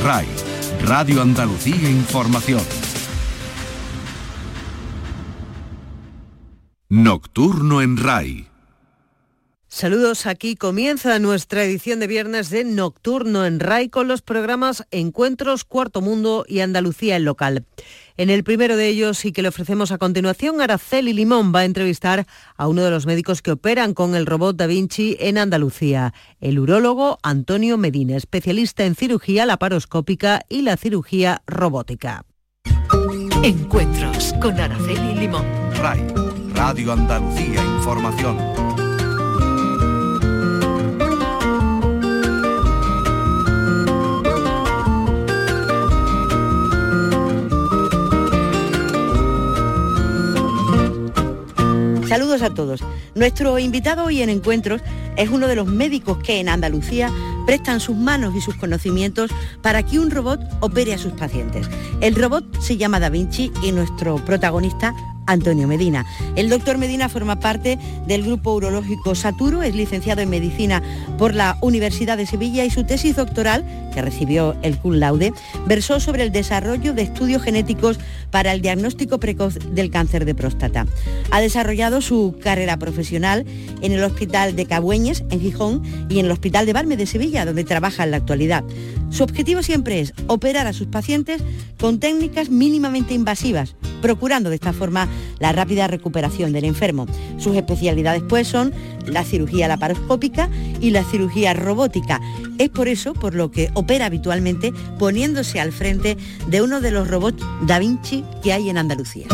RAI, Radio Andalucía Información. Nocturno en RAI. Saludos, aquí comienza nuestra edición de viernes de Nocturno en RAI con los programas Encuentros, Cuarto Mundo y Andalucía en Local. En el primero de ellos y que le ofrecemos a continuación, Araceli Limón va a entrevistar a uno de los médicos que operan con el robot Da Vinci en Andalucía, el urólogo Antonio Medina, especialista en cirugía laparoscópica y la cirugía robótica. Encuentros con Araceli Limón. RAI, Radio Andalucía Información. Saludos a todos. Nuestro invitado hoy en Encuentros es uno de los médicos que en Andalucía prestan sus manos y sus conocimientos para que un robot opere a sus pacientes. El robot se llama Da Vinci y nuestro protagonista, Antonio Medina. El doctor Medina forma parte del grupo urológico Saturo, es licenciado en Medicina por la Universidad de Sevilla y su tesis doctoral, que recibió el cum laude, versó sobre el desarrollo de estudios genéticos para el diagnóstico precoz del cáncer de próstata. Ha desarrollado su carrera profesional en el Hospital de Cabueñes, en Gijón, y en el Hospital de Balme de Sevilla, donde trabaja en la actualidad. Su objetivo siempre es operar a sus pacientes con técnicas mínimamente invasivas, procurando de esta forma la rápida recuperación del enfermo. Sus especialidades pues son la cirugía laparoscópica y la cirugía robótica. Es por eso por lo que opera habitualmente poniéndose al frente de uno de los robots Da Vinci que hay en Andalucía.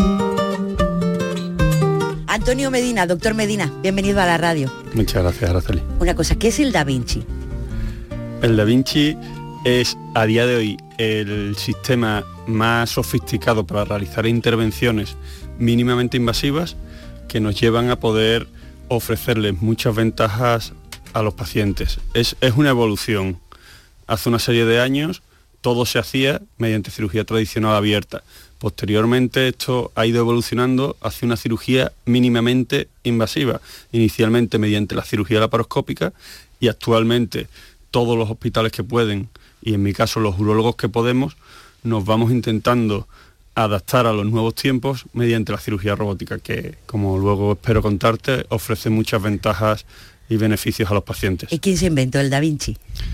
Antonio Medina, doctor Medina, bienvenido a la radio. Muchas gracias, Araceli. Una cosa, ¿qué es el Da Vinci? El Da Vinci es a día de hoy el sistema más sofisticado para realizar intervenciones mínimamente invasivas que nos llevan a poder ofrecerles muchas ventajas a los pacientes. Es una evolución. Hace una serie de años todo se hacía mediante cirugía tradicional abierta. Posteriormente esto ha ido evolucionando hacia una cirugía mínimamente invasiva, inicialmente mediante la cirugía laparoscópica y actualmente todos los hospitales que pueden, y en mi caso los urólogos que podemos, nos vamos intentando adaptar a los nuevos tiempos mediante la cirugía robótica, que, como luego espero contarte, ofrece muchas ventajas y beneficios a los pacientes. ¿Y quién se inventó el Da Vinci?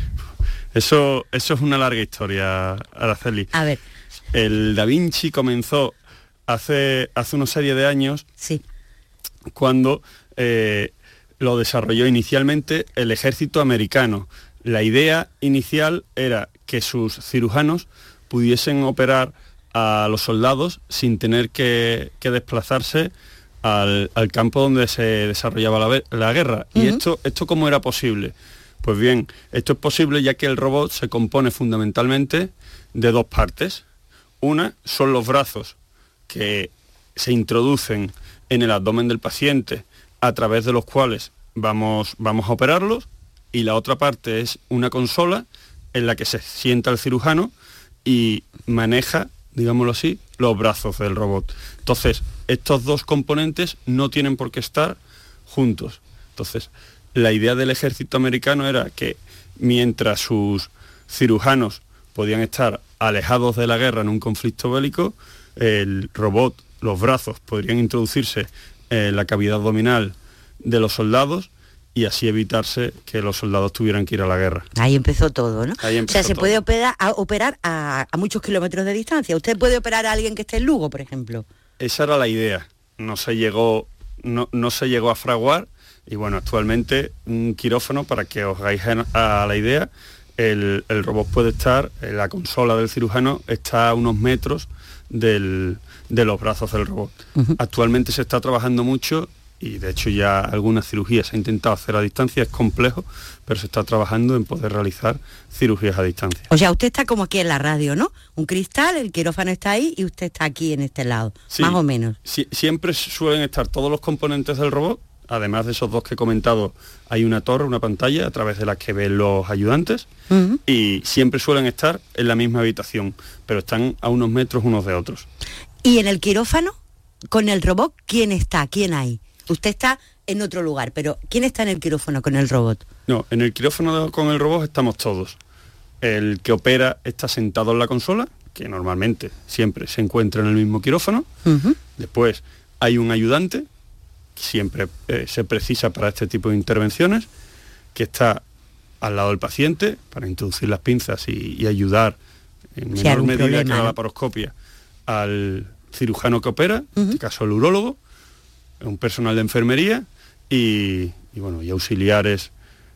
Eso es una larga historia, Araceli. A ver. El Da Vinci comenzó hace una serie de años, sí, cuando lo desarrolló inicialmente el ejército americano. La idea inicial era que sus cirujanos pudiesen operar a los soldados sin tener que desplazarse al campo donde se desarrollaba la guerra. Uh-huh. ¿Y esto cómo era posible? Pues bien, esto es posible ya que el robot se compone fundamentalmente de dos partes. Una son los brazos que se introducen en el abdomen del paciente a través de los cuales vamos a operarlos, y la otra parte es una consola en la que se sienta el cirujano y maneja, digámoslo así, los brazos del robot. Entonces, estos dos componentes no tienen por qué estar juntos. Entonces, la idea del ejército americano era que mientras sus cirujanos podían estar alejados de la guerra en un conflicto bélico, el robot, los brazos podrían introducirse en la cavidad abdominal de los soldados y así evitarse que los soldados tuvieran que ir a la guerra. Ahí empezó todo, ¿no? O sea, se puede operar a muchos kilómetros de distancia. ¿Usted puede operar a alguien que esté en Lugo, por ejemplo? Esa era la idea. No se llegó a fraguar, y bueno, actualmente un quirófano, para que os hagáis a la idea, el robot puede estar, la consola del cirujano está a unos metros de los brazos del robot. Uh-huh. Actualmente se está trabajando mucho, y de hecho ya algunas cirugías se ha intentado hacer a distancia, es complejo, pero se está trabajando en poder realizar cirugías a distancia. O sea, usted está como aquí en la radio, ¿no? Un cristal, el quirófano está ahí y usted está aquí en este lado, sí, más o menos. Siempre suelen estar todos los componentes del robot. Además de esos dos que he comentado, hay una torre, una pantalla a través de la que ven los ayudantes. Uh-huh. Y siempre suelen estar en la misma habitación, pero están a unos metros unos de otros. ¿Y en el quirófano, con el robot, quién está? ¿Quién hay? Usted está en otro lugar, pero ¿quién está en el quirófano con el robot? No, en el quirófano con el robot estamos todos. el que opera está sentado en la consola, que normalmente siempre se encuentra en el mismo quirófano. Después hay un ayudante, que siempre se precisa para este tipo de intervenciones, que está al lado del paciente para introducir las pinzas y ayudar en menor medida que la laparoscopia al cirujano que opera, en este caso el urólogo, un personal de enfermería y auxiliares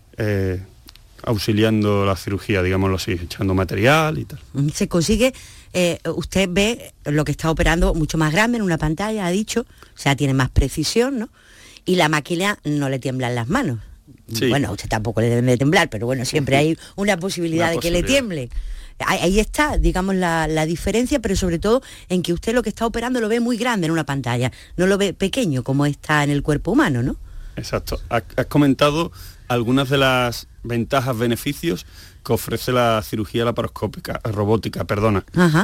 auxiliando la cirugía, digámoslo así, echando material y tal. Se consigue, usted ve lo que está operando mucho más grande en una pantalla, ha dicho, o sea, tiene más precisión, ¿no? Y la máquina no le tiemblan las manos. Sí. Bueno, a usted tampoco le deben de temblar, pero bueno, siempre hay una posibilidad de que le tiemble. Ahí está, digamos, la diferencia, pero sobre todo en que usted lo que está operando lo ve muy grande en una pantalla, no lo ve pequeño como está en el cuerpo humano, ¿no? Exacto. Has comentado algunas de las ventajas, beneficios que ofrece la cirugía laparoscópica, robótica, perdona.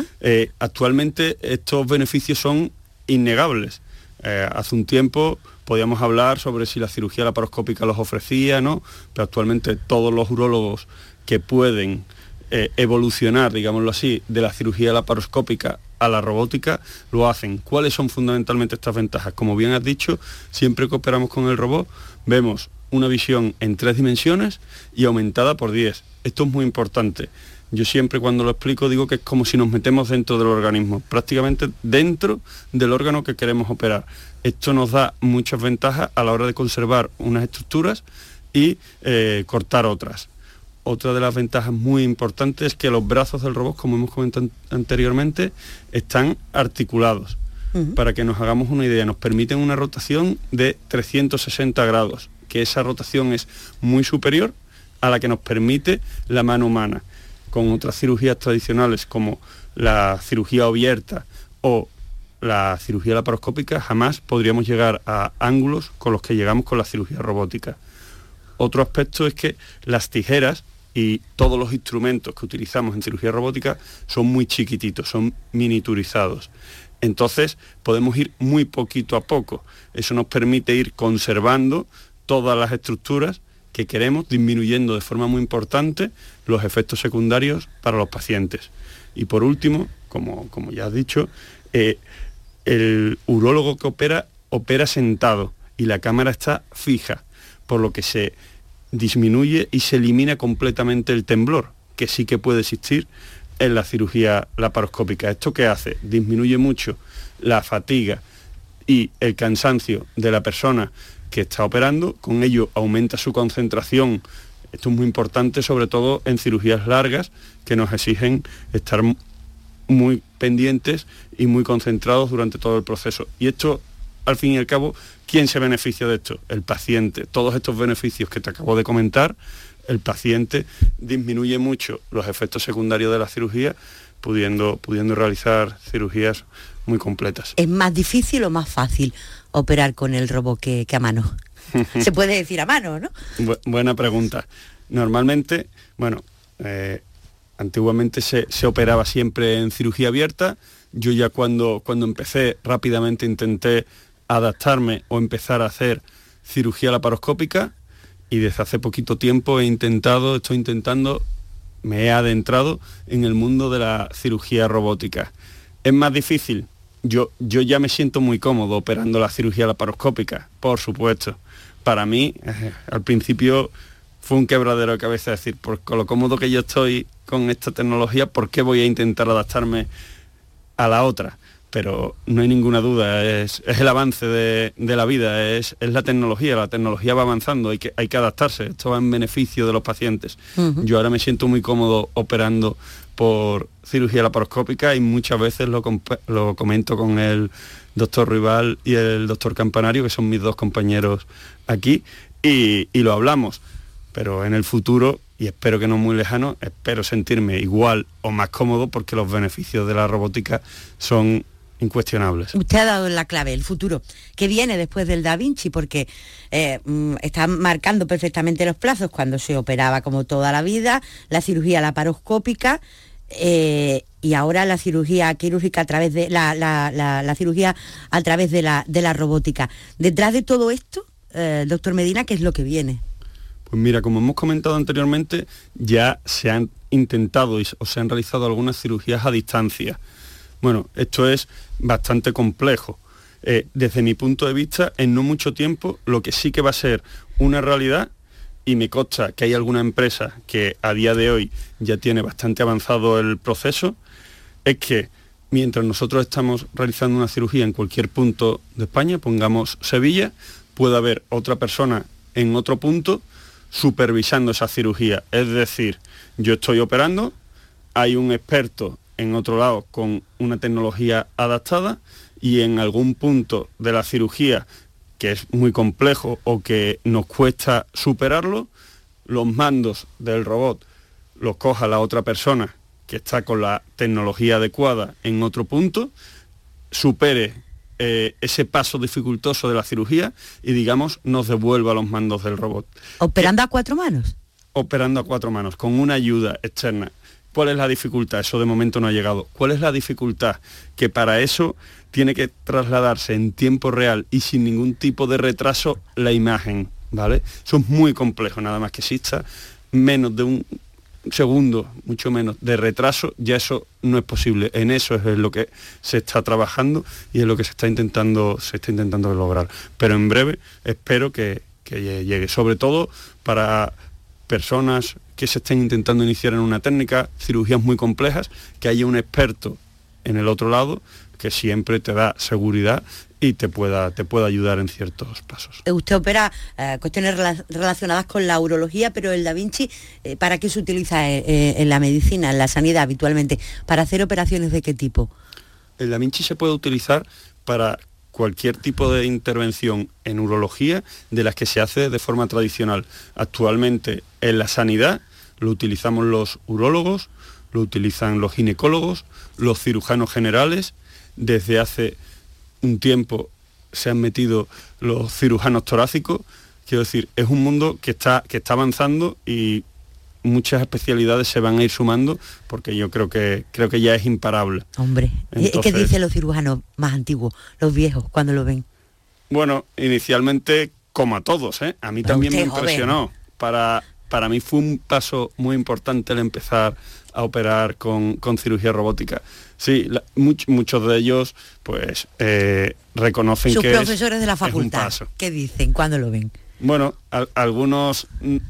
Actualmente estos beneficios son innegables. Hace un tiempo podíamos hablar sobre si la cirugía laparoscópica los ofrecía, ¿no? Pero actualmente todos los urólogos que pueden evolucionar, digámoslo así, de la cirugía laparoscópica a la robótica, lo hacen. ¿Cuáles son fundamentalmente estas ventajas? Como bien has dicho, siempre que operamos con el robot, vemos una visión en 3 dimensiones y aumentada por 10. Esto es muy importante. Yo siempre cuando lo explico digo que es como si nos metemos dentro del organismo, prácticamente dentro del órgano que queremos operar. Esto nos da muchas ventajas a la hora de conservar unas estructuras y cortar otras. Otra de las ventajas muy importantes es que los brazos del robot, como hemos comentado anteriormente, están articulados. Para que nos hagamos una idea, nos permiten una rotación de 360 grados, que esa rotación es muy superior a la que nos permite la mano humana. Con otras cirugías tradicionales como la cirugía abierta o la cirugía laparoscópica, jamás podríamos llegar a ángulos con los que llegamos con la cirugía robótica. Otro aspecto es que las tijeras y todos los instrumentos que utilizamos en cirugía robótica son muy chiquititos, son miniaturizados. Entonces podemos ir muy poquito a poco. Eso nos permite ir conservando todas las estructuras que queremos, disminuyendo de forma muy importante los efectos secundarios para los pacientes. Y por último, como ya has dicho, el urólogo que opera sentado y la cámara está fija, por lo que se disminuye y se elimina completamente el temblor, que sí que puede existir en la cirugía laparoscópica. ¿Esto qué hace? Disminuye mucho la fatiga y el cansancio de la persona que está operando, con ello aumenta su concentración. Esto es muy importante, sobre todo en cirugías largas que nos exigen estar muy pendientes y muy concentrados durante todo el proceso. Y esto, al fin y al cabo, ¿quién se beneficia de esto? El paciente. Todos estos beneficios que te acabo de comentar, el paciente disminuye mucho los efectos secundarios de la cirugía, pudiendo realizar cirugías muy completas. ¿Es más difícil o más fácil operar con el robot que a mano? Se puede decir a mano, ¿no? Buena pregunta. Normalmente, antiguamente se operaba siempre en cirugía abierta. Yo ya cuando empecé rápidamente intenté adaptarme o empezar a hacer cirugía laparoscópica, y desde hace poquito tiempo me he adentrado en el mundo de la cirugía robótica. ¿Es más difícil? Yo ya me siento muy cómodo operando la cirugía laparoscópica, por supuesto. Para mí, al principio fue un quebradero de cabeza decir, por con lo cómodo que yo estoy con esta tecnología, ¿por qué voy a intentar adaptarme a la otra? Pero no hay ninguna duda, es el avance de la vida, es la tecnología va avanzando, hay que adaptarse, esto va en beneficio de los pacientes. Yo ahora me siento muy cómodo operando por cirugía laparoscópica y muchas veces lo comento con el doctor Ruibal y el doctor Campanario, que son mis 2 compañeros aquí, y lo hablamos. Pero en el futuro, y espero que no muy lejano, espero sentirme igual o más cómodo, porque los beneficios de la robótica son incuestionables. Usted ha dado la clave, el futuro, que viene después del Da Vinci, porque está marcando perfectamente los plazos cuando se operaba como toda la vida, la cirugía laparoscópica, y ahora la cirugía quirúrgica a través de la cirugía a través de la robótica. Detrás de todo esto, doctor Medina, ¿qué es lo que viene? Pues mira, como hemos comentado anteriormente, ya se han intentado o se han realizado algunas cirugías a distancia. Bueno, esto es bastante complejo. Desde mi punto de vista, en no mucho tiempo, lo que sí que va a ser una realidad, y me consta que hay alguna empresa que a día de hoy ya tiene bastante avanzado el proceso, es que mientras nosotros estamos realizando una cirugía en cualquier punto de España, pongamos Sevilla, puede haber otra persona en otro punto supervisando esa cirugía. Es decir, yo estoy operando, hay un experto en otro lado con una tecnología adaptada y en algún punto de la cirugía que es muy complejo o que nos cuesta superarlo, los mandos del robot los coja la otra persona que está con la tecnología adecuada en otro punto, supere ese paso dificultoso de la cirugía y, digamos, nos devuelva los mandos del robot. ¿Operando a 4 manos? Operando a 4 manos, con una ayuda externa. ¿Cuál es la dificultad? Eso de momento no ha llegado. ¿Cuál es la dificultad? Que para eso tiene que trasladarse en tiempo real y sin ningún tipo de retraso la imagen, ¿vale? Eso es muy complejo, nada más que exista menos de un segundo, mucho menos, de retraso, ya eso no es posible. En eso es lo que se está trabajando y es lo que se está intentando lograr. Pero en breve espero que llegue, sobre todo para personas que se estén intentando iniciar en una técnica, cirugías muy complejas, que haya un experto en el otro lado que siempre te da seguridad y te pueda ayudar en ciertos pasos. Usted opera cuestiones relacionadas con la urología, pero el Da Vinci, ¿para qué se utiliza en la medicina, en la sanidad habitualmente? ¿Para hacer operaciones de qué tipo? El Da Vinci se puede utilizar para cualquier tipo de intervención en urología de las que se hace de forma tradicional. Actualmente en la sanidad lo utilizamos los urólogos, lo utilizan los ginecólogos, los cirujanos generales. Desde hace un tiempo se han metido los cirujanos torácicos. Quiero decir, es un mundo que está avanzando y muchas especialidades se van a ir sumando porque yo creo que ya es imparable. Hombre, entonces, ¿qué dicen los cirujanos más antiguos, los viejos, cuando lo ven? Bueno, inicialmente, como a todos, a mí también me impresionó. Para mí fue un paso muy importante el empezar a operar con cirugía robótica. Sí, muchos de ellos pues reconocen sus que profesores de la facultad, es un paso. ¿Qué dicen cuando lo ven? Bueno, algunos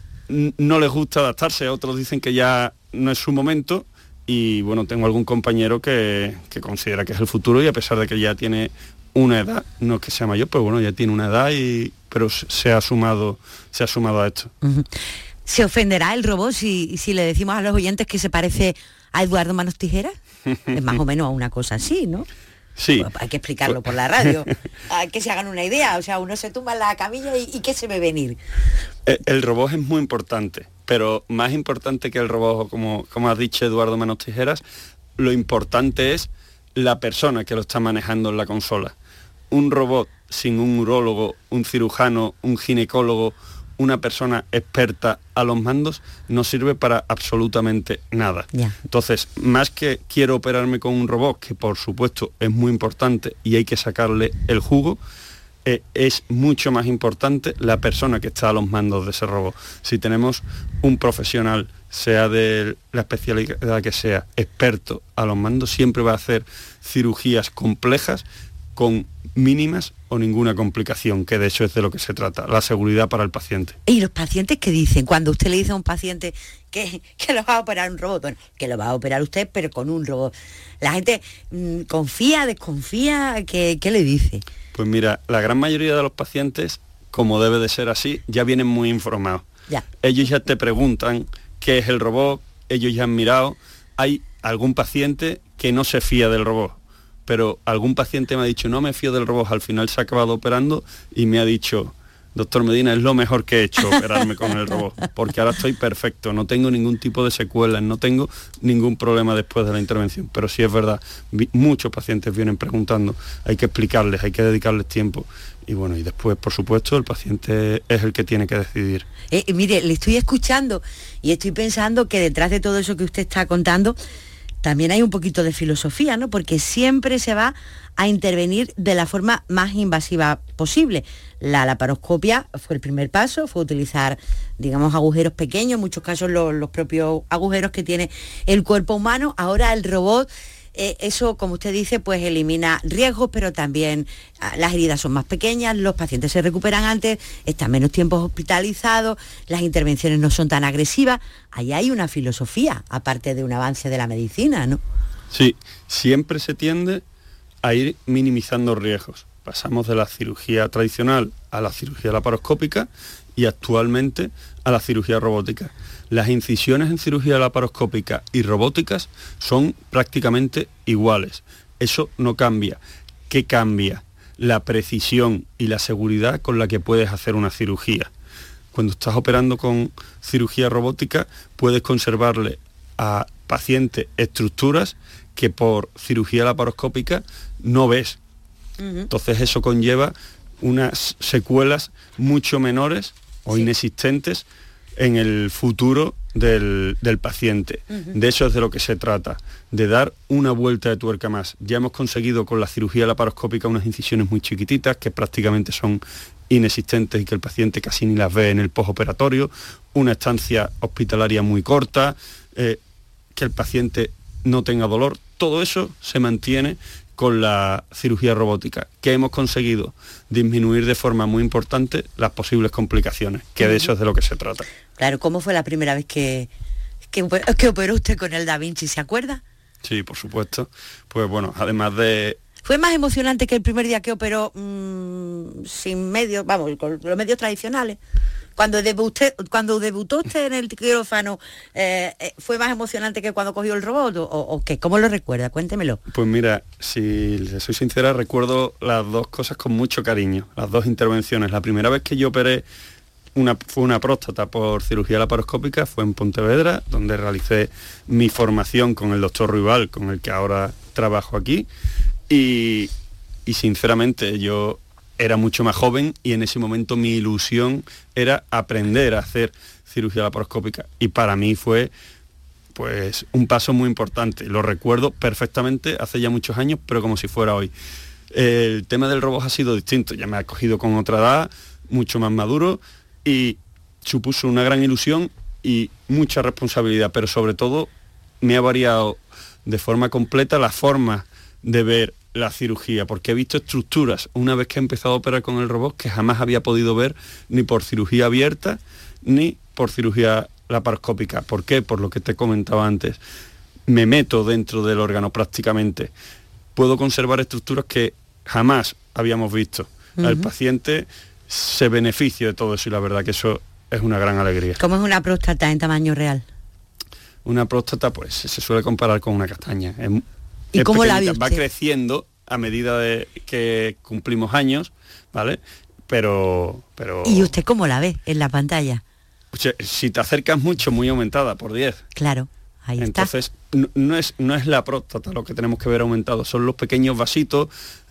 no les gusta adaptarse, otros dicen que ya no es su momento y bueno, tengo algún compañero que considera que es el futuro y a pesar de que ya tiene una edad, no es que sea mayor, pero bueno, ya tiene una edad pero se ha sumado a esto. Uh-huh. ¿Se ofenderá el robot si le decimos a los oyentes que se parece a Eduardo Manos Tijeras? Es más o menos una cosa así, ¿no? Sí. Pues hay que explicarlo por la radio, hay que se hagan una idea, o sea, uno se tumba en la camilla y ¿qué se ve venir? El robot es muy importante, pero más importante que el robot, como has dicho Eduardo Manos Tijeras, lo importante es la persona que lo está manejando en la consola. Un robot sin un urólogo, un cirujano, un ginecólogo, una persona experta a los mandos no sirve para absolutamente nada. Yeah. Entonces, más que quiero operarme con un robot, que por supuesto es muy importante y hay que sacarle el jugo, es mucho más importante la persona que está a los mandos de ese robot. Si tenemos un profesional, sea de la especialidad que sea, experto a los mandos, siempre va a hacer cirugías complejas con mínimas o ninguna complicación, que de hecho es de lo que se trata, la seguridad para el paciente. ¿Y los pacientes qué dicen? Cuando usted le dice a un paciente que lo va a operar un robot, bueno, que lo va a operar usted, pero con un robot, la gente confía, desconfía, ¿qué le dice? Pues mira, la gran mayoría de los pacientes, como debe de ser así, ya vienen muy informados. Ya. Ellos ya te preguntan qué es el robot, ellos ya han mirado. Hay algún paciente que no se fía del robot, pero algún paciente me ha dicho, no me fío del robot, al final se ha acabado operando y me ha dicho, doctor Medina, es lo mejor que he hecho operarme con el robot, porque ahora estoy perfecto, no tengo ningún tipo de secuelas, no tengo ningún problema después de la intervención. Pero sí es verdad, muchos pacientes vienen preguntando, hay que explicarles, hay que dedicarles tiempo. Y bueno, y después, por supuesto, el paciente es el que tiene que decidir. Mire, le estoy escuchando y estoy pensando que detrás de todo eso que usted está contando, también hay un poquito de filosofía, ¿no? Porque siempre se va a intervenir de la forma más invasiva posible. La laparoscopia fue el primer paso, fue utilizar, digamos, agujeros pequeños, en muchos casos los propios agujeros que tiene el cuerpo humano. Ahora el robot, eso, como usted dice, pues elimina riesgos, pero también las heridas son más pequeñas, los pacientes se recuperan antes, están menos tiempos hospitalizados, las intervenciones no son tan agresivas. Ahí hay una filosofía, aparte de un avance de la medicina, ¿no? Sí, siempre se tiende a ir minimizando riesgos. Pasamos de la cirugía tradicional a la cirugía laparoscópica y actualmente a la cirugía robótica. Las incisiones en cirugía laparoscópica y robóticas son prácticamente iguales. Eso no cambia. ¿Qué cambia? La precisión y la seguridad con la que puedes hacer una cirugía. Cuando estás operando con cirugía robótica, puedes conservarle a pacientes estructuras que por cirugía laparoscópica no ves. Entonces eso conlleva unas secuelas mucho menores o inexistentes en el futuro del paciente. De eso es de lo que se trata, de dar una vuelta de tuerca más. Ya hemos conseguido con la cirugía laparoscópica unas incisiones muy chiquititas que prácticamente son inexistentes y que el paciente casi ni las ve en el postoperatorio, una estancia hospitalaria muy corta, que el paciente no tenga dolor. Todo eso se mantiene con la cirugía robótica, que hemos conseguido disminuir de forma muy importante las posibles complicaciones, que de eso es de lo que se trata. Claro, ¿cómo fue la primera vez que operó usted con el Da Vinci, se acuerda? Sí, por supuesto. Pues bueno, además de... ¿Fue más emocionante que el primer día que operó sin medios, vamos, con los medios tradicionales? Cuando debutó usted en el quirófano, ¿fue más emocionante que cuando cogió el robot o qué? ¿Cómo lo recuerda? Cuéntemelo. Pues mira, si le soy sincera, recuerdo las dos cosas con mucho cariño, las dos intervenciones. La primera vez que yo operé fue una próstata por cirugía laparoscópica, fue en Pontevedra, donde realicé mi formación con el doctor Ruibal, con el que ahora trabajo aquí, y sinceramente yo era mucho más joven y en ese momento mi ilusión era aprender a hacer cirugía laparoscópica y para mí fue pues un paso muy importante. Lo recuerdo perfectamente hace ya muchos años, pero como si fuera hoy. El tema del robot ha sido distinto, ya me ha cogido con otra edad, mucho más maduro y supuso una gran ilusión y mucha responsabilidad, pero sobre todo me ha variado de forma completa la forma de ver la cirugía, porque he visto estructuras una vez que he empezado a operar con el robot que jamás había podido ver ni por cirugía abierta ni por cirugía laparoscópica. ¿Por qué? Por lo que te comentaba antes. Me meto dentro del órgano prácticamente. Puedo conservar estructuras que jamás habíamos visto. El paciente se beneficia de todo eso y la verdad que eso es una gran alegría. ¿Cómo es una próstata en tamaño real? Una próstata pues se suele comparar con una castaña. ¿Y cómo la ve usted? Va creciendo a medida de que cumplimos años, ¿vale? Pero... ¿Y usted cómo la ve en la pantalla? Si te acercas mucho, muy aumentada, por 10. Claro, ahí está. Entonces, no es la próstata lo que tenemos que ver aumentado, son los pequeños vasitos,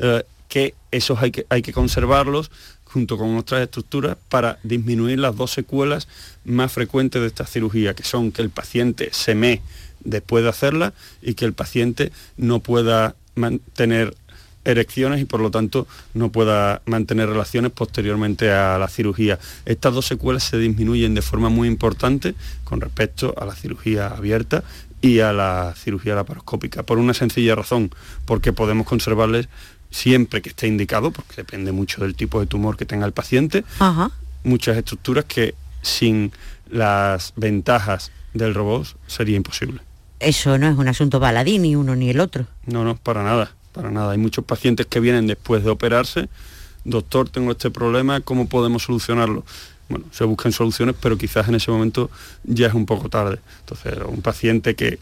que esos hay que conservarlos junto con otras estructuras para disminuir las dos secuelas más frecuentes de esta cirugía, que son que el paciente se mee después de hacerla y que el paciente no pueda mantener erecciones y por lo tanto no pueda mantener relaciones posteriormente a la cirugía. Estas dos secuelas se disminuyen de forma muy importante con respecto a la cirugía abierta y a la cirugía laparoscópica, por una sencilla razón, porque podemos conservarles siempre que esté indicado, porque depende mucho del tipo de tumor que tenga el paciente, muchas estructuras que sin las ventajas del robot sería imposible. Eso no es un asunto baladí, ni uno ni el otro. No, para nada. Hay muchos pacientes que vienen después de operarse, doctor, tengo este problema, ¿cómo podemos solucionarlo? Bueno, se buscan soluciones, pero quizás en ese momento ya es un poco tarde. Entonces, un paciente que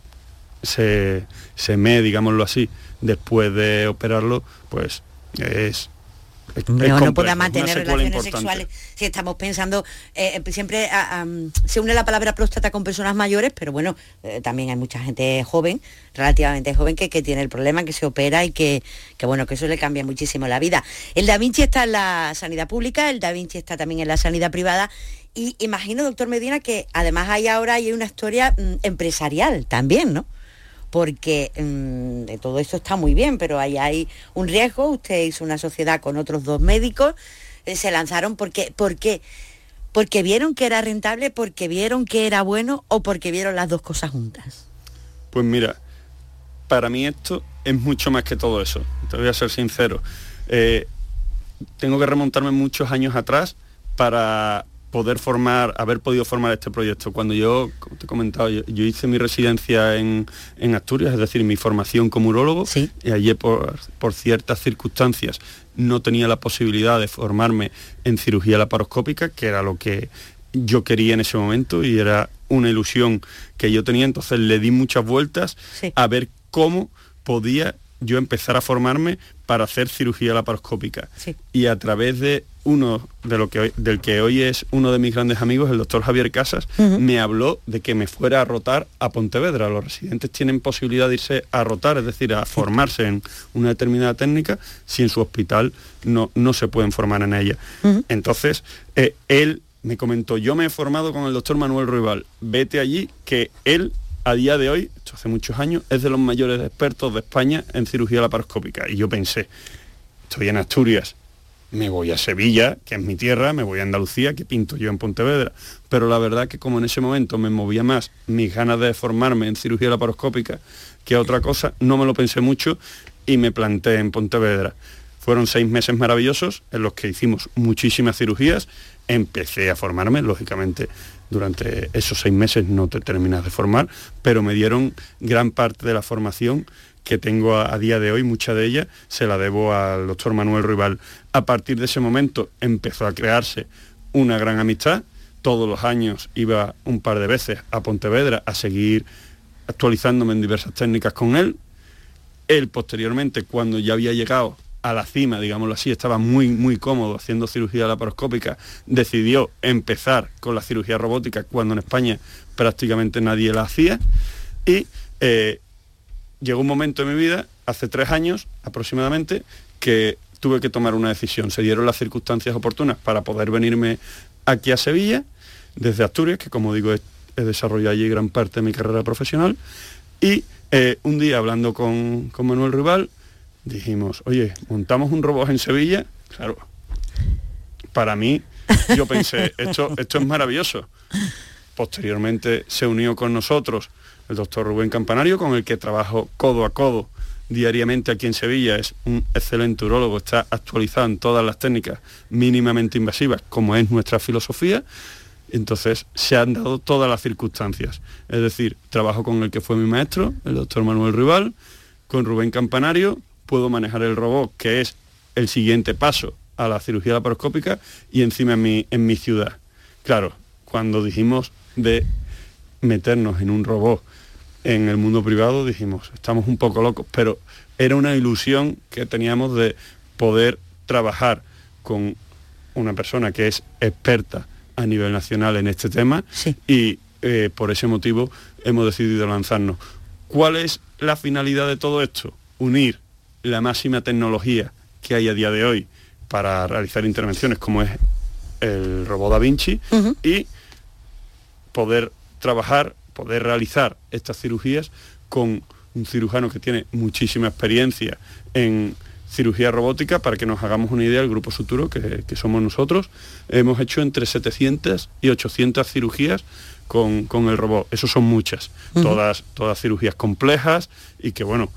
se mee, digámoslo así, después de operarlo, pues es no pueda mantener relaciones sexuales. Si estamos pensando, siempre se une la palabra próstata con personas mayores, pero bueno, también hay mucha gente joven, relativamente joven, que tiene el problema, que se opera y que bueno, que eso le cambia muchísimo la vida. El Da Vinci está en la sanidad pública, el Da Vinci está también en la sanidad privada, y imagino, doctor Medina, que además hay una historia empresarial también, ¿no? porque todo esto está muy bien, pero ahí hay un riesgo. Usted hizo una sociedad con otros 2 médicos, se lanzaron porque vieron que era rentable, porque vieron que era bueno o porque vieron las 2 cosas juntas. Pues mira, para mí esto es mucho más que todo eso, te voy a ser sincero. Tengo que remontarme muchos años atrás para haber podido formar este proyecto. Cuando yo, como te he comentado, yo hice mi residencia en Asturias, es decir, mi formación como urólogo, ¿sí? Y allí por ciertas circunstancias no tenía la posibilidad de formarme en cirugía laparoscópica, que era lo que yo quería en ese momento y era una ilusión que yo tenía. Entonces le di muchas vueltas, sí, a ver cómo podía yo empezar a formarme para hacer cirugía laparoscópica. Sí. Y a través de del que hoy es uno de mis grandes amigos, el doctor Javier Casas, me habló de que me fuera a rotar a Pontevedra. Los residentes tienen posibilidad de irse a rotar, es decir, a formarse en una determinada técnica, si en su hospital no se pueden formar en ella. Entonces, él me comentó, yo me he formado con el doctor Manuel Ruibal, vete allí, que él, a día de hoy, esto hace muchos años, es de los mayores expertos de España en cirugía laparoscópica. Y yo pensé, estoy en Asturias, me voy a Sevilla, que es mi tierra, me voy a Andalucía, que pinto yo en Pontevedra. Pero la verdad que como en ese momento me movía más mis ganas de formarme en cirugía laparoscópica que otra cosa, no me lo pensé mucho y me planté en Pontevedra. Fueron 6 meses maravillosos en los que hicimos muchísimas cirugías. Empecé a formarme, lógicamente durante esos 6 meses no te terminas de formar, pero me dieron gran parte de la formación que tengo a día de hoy. Mucha de ella se la debo al doctor Manuel Ruibal. A partir de ese momento empezó a crearse una gran amistad. Todos los años iba un par de veces a Pontevedra a seguir actualizándome en diversas técnicas con él. Él posteriormente, cuando ya había llegado a la cima, digámoslo así, estaba muy, muy cómodo haciendo cirugía laparoscópica, decidió empezar con la cirugía robótica cuando en España prácticamente nadie la hacía y llegó un momento en mi vida, hace 3 años aproximadamente, que tuve que tomar una decisión. Se dieron las circunstancias oportunas para poder venirme aquí a Sevilla, desde Asturias, que como digo, he desarrollado allí gran parte de mi carrera profesional, y un día hablando con Manuel Ruibal, dijimos, oye, montamos un robot en Sevilla. Claro, para mí, yo pensé, esto es maravilloso. Posteriormente se unió con nosotros el doctor Rubén Campanario, con el que trabajo codo a codo diariamente aquí en Sevilla. Es un excelente urólogo, está actualizado en todas las técnicas mínimamente invasivas, como es nuestra filosofía. Entonces se han dado todas las circunstancias. Es decir, trabajo con el que fue mi maestro, el doctor Manuel Ruibal, con Rubén Campanario, puedo manejar el robot, que es el siguiente paso a la cirugía laparoscópica, y encima en mi ciudad. Claro, cuando dijimos de meternos en un robot en el mundo privado, dijimos, estamos un poco locos, pero era una ilusión que teníamos de poder trabajar con una persona que es experta a nivel nacional en este tema, sí. Y por ese motivo hemos decidido lanzarnos. ¿Cuál es la finalidad de todo esto? Unir la máxima tecnología que hay a día de hoy para realizar intervenciones, como es el robot Da Vinci, y poder trabajar, poder realizar estas cirugías con un cirujano que tiene muchísima experiencia en cirugía robótica. Para que nos hagamos una idea, el Grupo Suturo, que somos nosotros, hemos hecho entre 700 y 800 cirugías con el robot. Eso son muchas, todas cirugías complejas, y que bueno,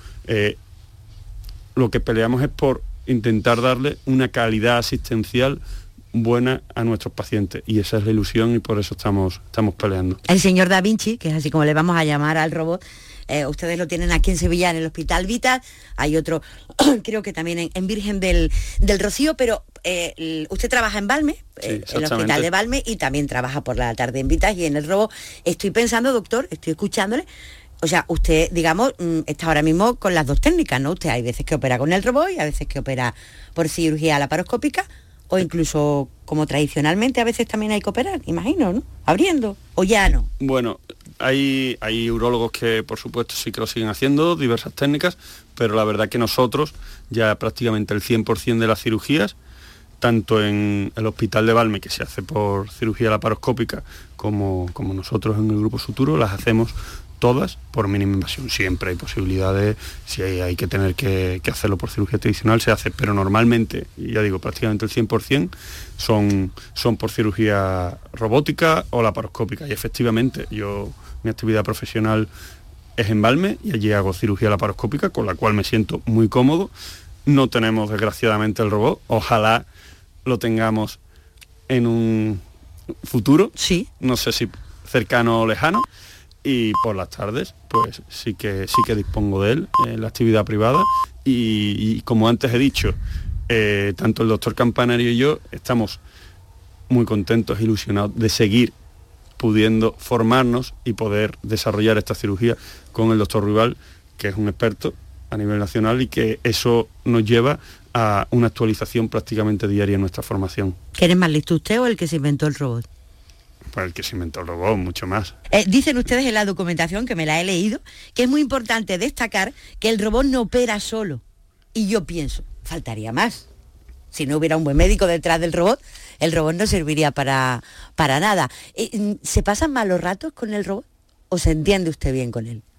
lo que peleamos es por intentar darle una calidad asistencial buena a nuestros pacientes, y esa es la ilusión, y por eso estamos peleando. El señor Da Vinci, que es así como le vamos a llamar al robot, ustedes lo tienen aquí en Sevilla, en el Hospital Vitas. Hay otro, creo que también en Virgen del Rocío, pero usted trabaja en Valme, sí, en el Hospital de Valme, y también trabaja por la tarde en Vitas y en el robot. Estoy pensando, doctor, estoy escuchándole, o sea, usted, digamos, está ahora mismo con las 2 técnicas, ¿no? Usted hay veces que opera con el robot y a veces que opera por cirugía laparoscópica, o incluso, como tradicionalmente, a veces también hay que operar, imagino, ¿no? Abriendo, o ya no. Bueno, hay urólogos que, por supuesto, sí que lo siguen haciendo, diversas técnicas, pero la verdad que nosotros, ya prácticamente el 100% de las cirugías, tanto en el Hospital de Valme, que se hace por cirugía laparoscópica, como nosotros en el Grupo Suturo, las hacemos todas por mínima invasión. Siempre hay posibilidades, si hay que tener que hacerlo por cirugía tradicional, se hace, pero normalmente, y ya digo, prácticamente el 100% son por cirugía robótica o laparoscópica. Y efectivamente, mi actividad profesional es en Valme y allí hago cirugía laparoscópica, con la cual me siento muy cómodo. No tenemos, desgraciadamente, el robot. Ojalá lo tengamos en un futuro. Sí. No sé si cercano o lejano. Y por las tardes, pues sí que dispongo de él en la actividad privada. Y como antes he dicho, tanto el doctor Campanario y yo estamos muy contentos, ilusionados de seguir pudiendo formarnos y poder desarrollar esta cirugía con el doctor Ruibal, que es un experto a nivel nacional, y que eso nos lleva a una actualización prácticamente diaria en nuestra formación. ¿Quién es más listo, usted o el que se inventó el robot? Pues el que se inventó el robot, mucho más. Dicen ustedes en la documentación, que me la he leído, que es muy importante destacar que el robot no opera solo. Y yo pienso, faltaría más. Si no hubiera un buen médico detrás del robot, el robot no serviría para nada. ¿Se pasan malos ratos con el robot o se entiende usted bien con él?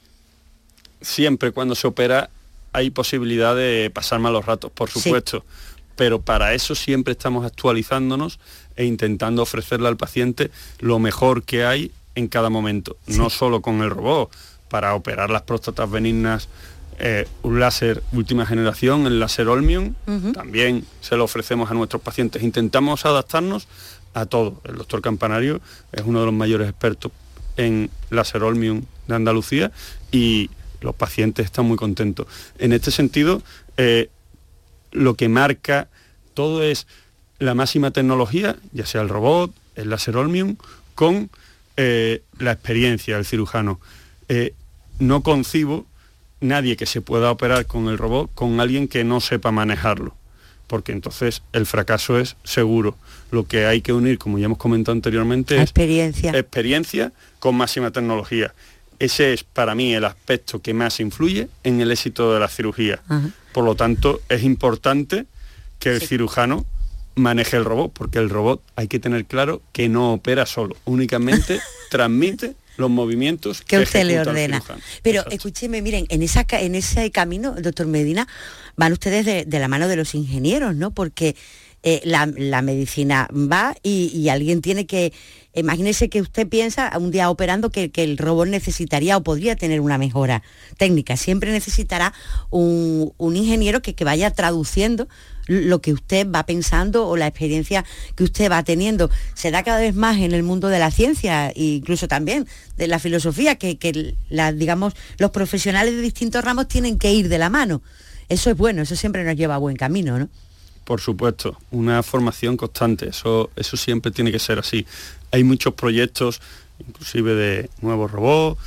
Siempre cuando se opera hay posibilidad de pasar malos ratos, por supuesto, sí. Pero para eso siempre estamos actualizándonos e intentando ofrecerle al paciente lo mejor que hay en cada momento, sí. No solo con el robot. Para operar las próstatas benignas, un láser última generación, el láser Olmium, también se lo ofrecemos a nuestros pacientes. Intentamos adaptarnos a todo. El doctor Campanario es uno de los mayores expertos en láser Olmium de Andalucía y los pacientes están muy contentos. En este sentido, lo que marca todo es la máxima tecnología, ya sea el robot, el láser Olmium, con la experiencia del cirujano. No concibo nadie que se pueda operar con el robot con alguien que no sepa manejarlo, porque entonces el fracaso es seguro. Lo que hay que unir, como ya hemos comentado anteriormente, es experiencia con máxima tecnología. Ese es para mí el aspecto que más influye en el éxito de la cirugía. Uh-huh. Por lo tanto, es importante que el cirujano maneje el robot, porque el robot hay que tener claro que no opera solo, únicamente transmite los movimientos que usted le ordena. Pero escúcheme, miren, en ese camino, doctor Medina, van ustedes de la mano de los ingenieros, ¿no? Porque la medicina va y alguien tiene que... Imagínese que usted piensa un día operando que el robot necesitaría o podría tener una mejora técnica. Siempre necesitará un ingeniero que vaya traduciendo lo que usted va pensando o la experiencia que usted va teniendo. Se da cada vez más en el mundo de la ciencia e incluso también de la filosofía, que digamos, los profesionales de distintos ramos tienen que ir de la mano. Eso es bueno, eso siempre nos lleva a buen camino, ¿no? Por supuesto, una formación constante, eso siempre tiene que ser así. Hay muchos proyectos, inclusive de nuevos robots,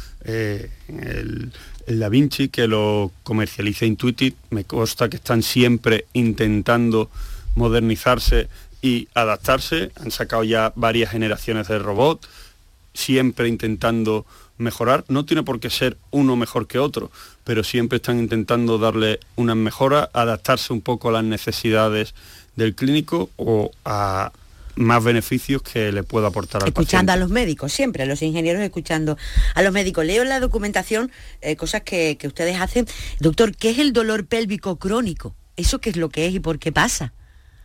el Da Vinci, que lo comercializa Intuitive, me consta que están siempre intentando modernizarse y adaptarse. Han sacado ya varias generaciones de robots, siempre intentando mejorar. No tiene por qué ser uno mejor que otro, pero siempre están intentando darle unas mejoras, adaptarse un poco a las necesidades del clínico o a más beneficios que le pueda aportar al paciente. Escuchando a los médicos, siempre, los ingenieros escuchando a los médicos. Leo en la documentación cosas que ustedes hacen. Doctor, ¿qué es el dolor pélvico crónico? ¿Eso qué es lo que es y por qué pasa?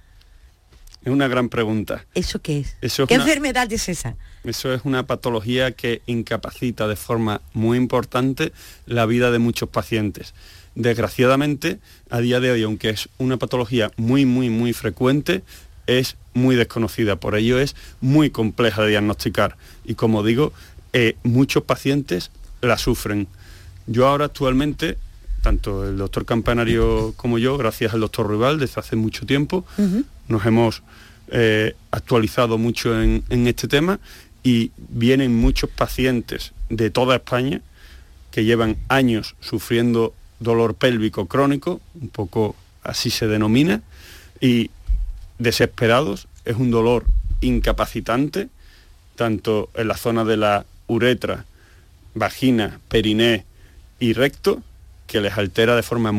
Es una gran pregunta. ¿Eso qué es? ¿Qué enfermedad es esa? Eso es una patología que incapacita de forma muy importante la vida de muchos pacientes. Desgraciadamente, a día de hoy, aunque es una patología muy, muy, muy frecuente, es muy desconocida, por ello es muy compleja de diagnosticar y, como digo, muchos pacientes la sufren. Yo ahora actualmente, tanto el doctor Campanario como yo, gracias al doctor Ruibal, desde hace mucho tiempo, nos hemos actualizado mucho en este tema y vienen muchos pacientes de toda España que llevan años sufriendo dolor pélvico crónico, un poco así se denomina, y desesperados. Es un dolor incapacitante, tanto en la zona de la uretra, vagina, periné y recto, que les altera de forma muy, muy, muy importante su calidad de vida. Tiene un proceso,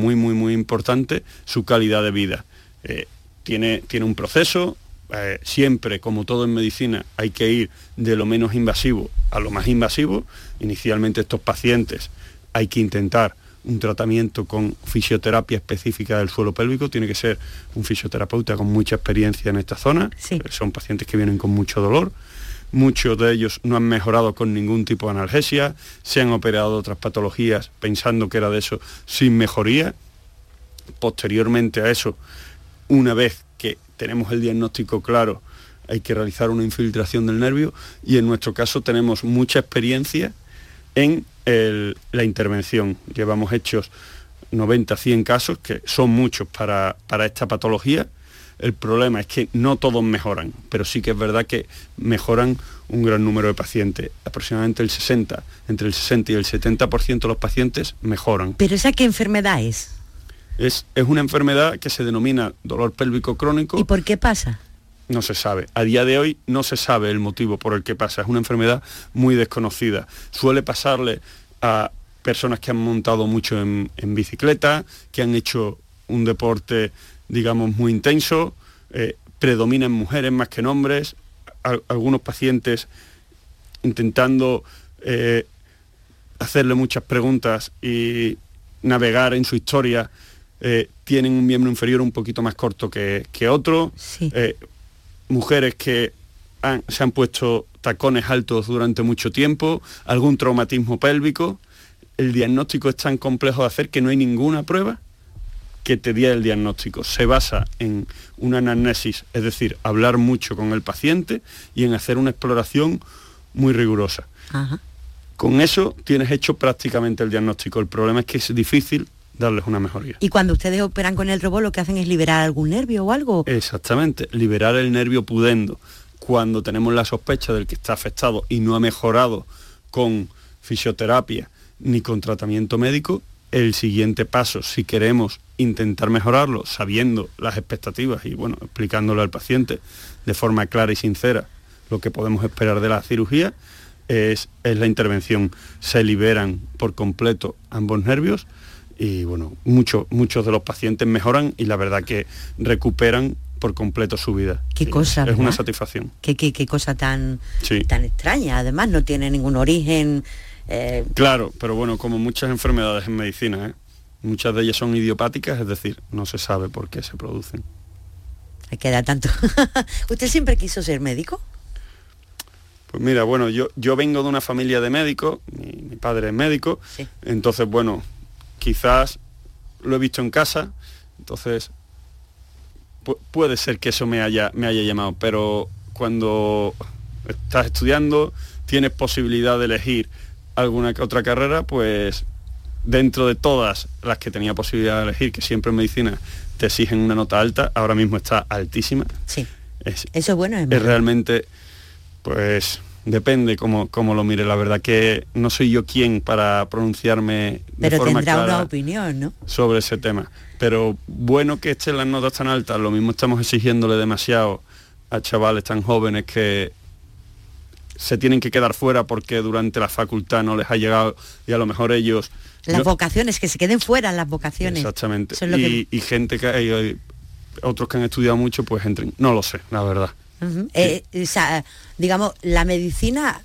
siempre, como todo en medicina, hay que ir de lo menos invasivo a lo más invasivo. Inicialmente estos pacientes hay que intentar un tratamiento con fisioterapia específica del suelo pélvico, tiene que ser un fisioterapeuta con mucha experiencia en esta zona. Sí. Son pacientes que vienen con mucho dolor, muchos de ellos no han mejorado con ningún tipo de analgesia, se han operado de otras patologías pensando que era de eso sin mejoría. Posteriormente a eso, una vez que tenemos el diagnóstico claro, hay que realizar una infiltración del nervio y en nuestro caso tenemos mucha experiencia en la intervención. Llevamos hechos 90, 100 casos, que son muchos para esta patología. El problema es que no todos mejoran, pero sí que es verdad que mejoran un gran número de pacientes. Aproximadamente entre el 60 y el 70% de los pacientes mejoran. ¿Pero esa qué enfermedad es? Es una enfermedad que se denomina dolor pélvico crónico. ¿Y por qué pasa? No se sabe. A día de hoy no se sabe el motivo por el que pasa. Es una enfermedad muy desconocida. Suele pasarle a personas que han montado mucho en bicicleta, que han hecho un deporte, digamos, muy intenso. Predominan mujeres más que en hombres. Algunos pacientes intentando hacerle muchas preguntas y navegar en su historia, tienen un miembro inferior un poquito más corto que otro. Sí. Mujeres que se han puesto tacones altos durante mucho tiempo, algún traumatismo pélvico. El diagnóstico es tan complejo de hacer que no hay ninguna prueba que te dé el diagnóstico. Se basa en una anamnesis, es decir, hablar mucho con el paciente y en hacer una exploración muy rigurosa. Ajá. Con eso tienes hecho prácticamente el diagnóstico. El problema es que es difícil darles una mejoría. ¿Y cuando ustedes operan con el robot lo que hacen es liberar algún nervio o algo? Exactamente, liberar el nervio pudendo. Cuando tenemos la sospecha del que está afectado y no ha mejorado con fisioterapia ni con tratamiento médico, el siguiente paso, si queremos intentar mejorarlo, sabiendo las expectativas y bueno, explicándole al paciente de forma clara y sincera lo que podemos esperar de la cirugía, es la intervención. Se liberan por completo ambos nervios y bueno, muchos de los pacientes mejoran y la verdad que recuperan por completo su vida. Qué Sí, cosa, es ¿verdad? una satisfacción. Qué cosa tan, Sí. tan extraña. Además no tiene ningún origen. Claro, pero bueno, como muchas enfermedades en medicina, muchas de ellas son idiopáticas, es decir, no se sabe por qué se producen. Hay que dar tanto. ¿Usted siempre quiso ser médico? Pues mira, bueno, yo vengo de una familia de médicos, mi padre es médico, Sí. entonces bueno, quizás lo he visto en casa, entonces puede ser que eso me haya llamado, pero cuando estás estudiando, tienes posibilidad de elegir alguna que otra carrera, pues dentro de todas las que tenía posibilidad de elegir, que siempre en medicina te exigen una nota alta, ahora mismo está altísima. Sí. Eso es bueno, es es malo. realmente, depende cómo lo mire. La verdad que no soy yo quien para pronunciarme de Pero forma tendrá clara una opinión, ¿no? sobre ese tema. Pero bueno que estén las notas tan altas, lo mismo estamos exigiéndole demasiado a chavales tan jóvenes que se tienen que quedar fuera porque durante la facultad no les ha llegado y a lo mejor ellos... Las no- vocaciones, que se queden fuera las vocaciones. Exactamente. Eso es lo que- Y gente que hay otros que han estudiado mucho, pues entren. No lo sé, la verdad. Ujú. Digamos, la medicina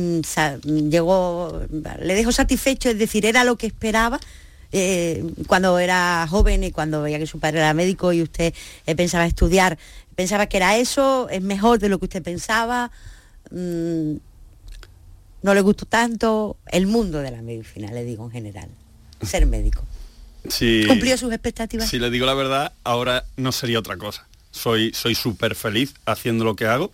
llegó, le dejó satisfecho, es decir, era lo que esperaba cuando era joven y cuando veía que su padre era médico y usted pensaba estudiar, pensaba que era eso, es mejor de lo que usted pensaba, no le gustó tanto el mundo de la medicina, le digo en general, ser médico. Sí. ¿Cumplió sus expectativas? Si le digo la verdad, ahora no sería otra cosa. Soy súper feliz haciendo lo que hago.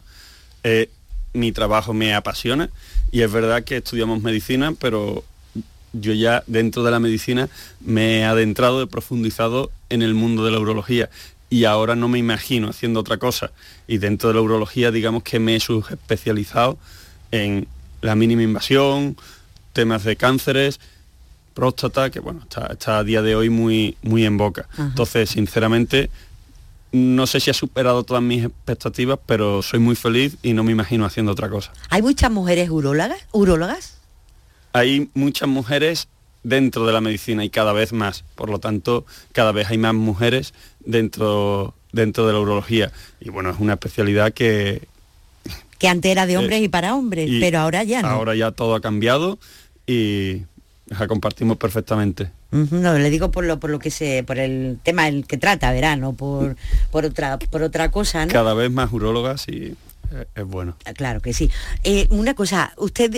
Mi trabajo me apasiona y es verdad que estudiamos medicina, pero yo ya dentro de la medicina me he adentrado, he profundizado en el mundo de la urología y ahora no me imagino haciendo otra cosa. Y dentro de la urología, digamos que me he subespecializado en la mínima invasión, temas de cánceres, próstata, que bueno, está a día de hoy muy en boca. Ajá. Entonces, sinceramente, no sé si ha superado todas mis expectativas, pero soy muy feliz y no me imagino haciendo otra cosa. ¿Hay muchas mujeres urólogas? Hay muchas mujeres dentro de la medicina y cada vez más, por lo tanto, cada vez hay más mujeres dentro dentro de la urología. Y bueno, es una especialidad que antes era de hombres y para hombres, pero ahora ya no. Ahora ya todo ha cambiado y la compartimos perfectamente. No, le digo por el tema el que trata, verá, no por otra cosa, ¿no? Cada vez más urólogas y es bueno. Claro que sí. Una cosa, usted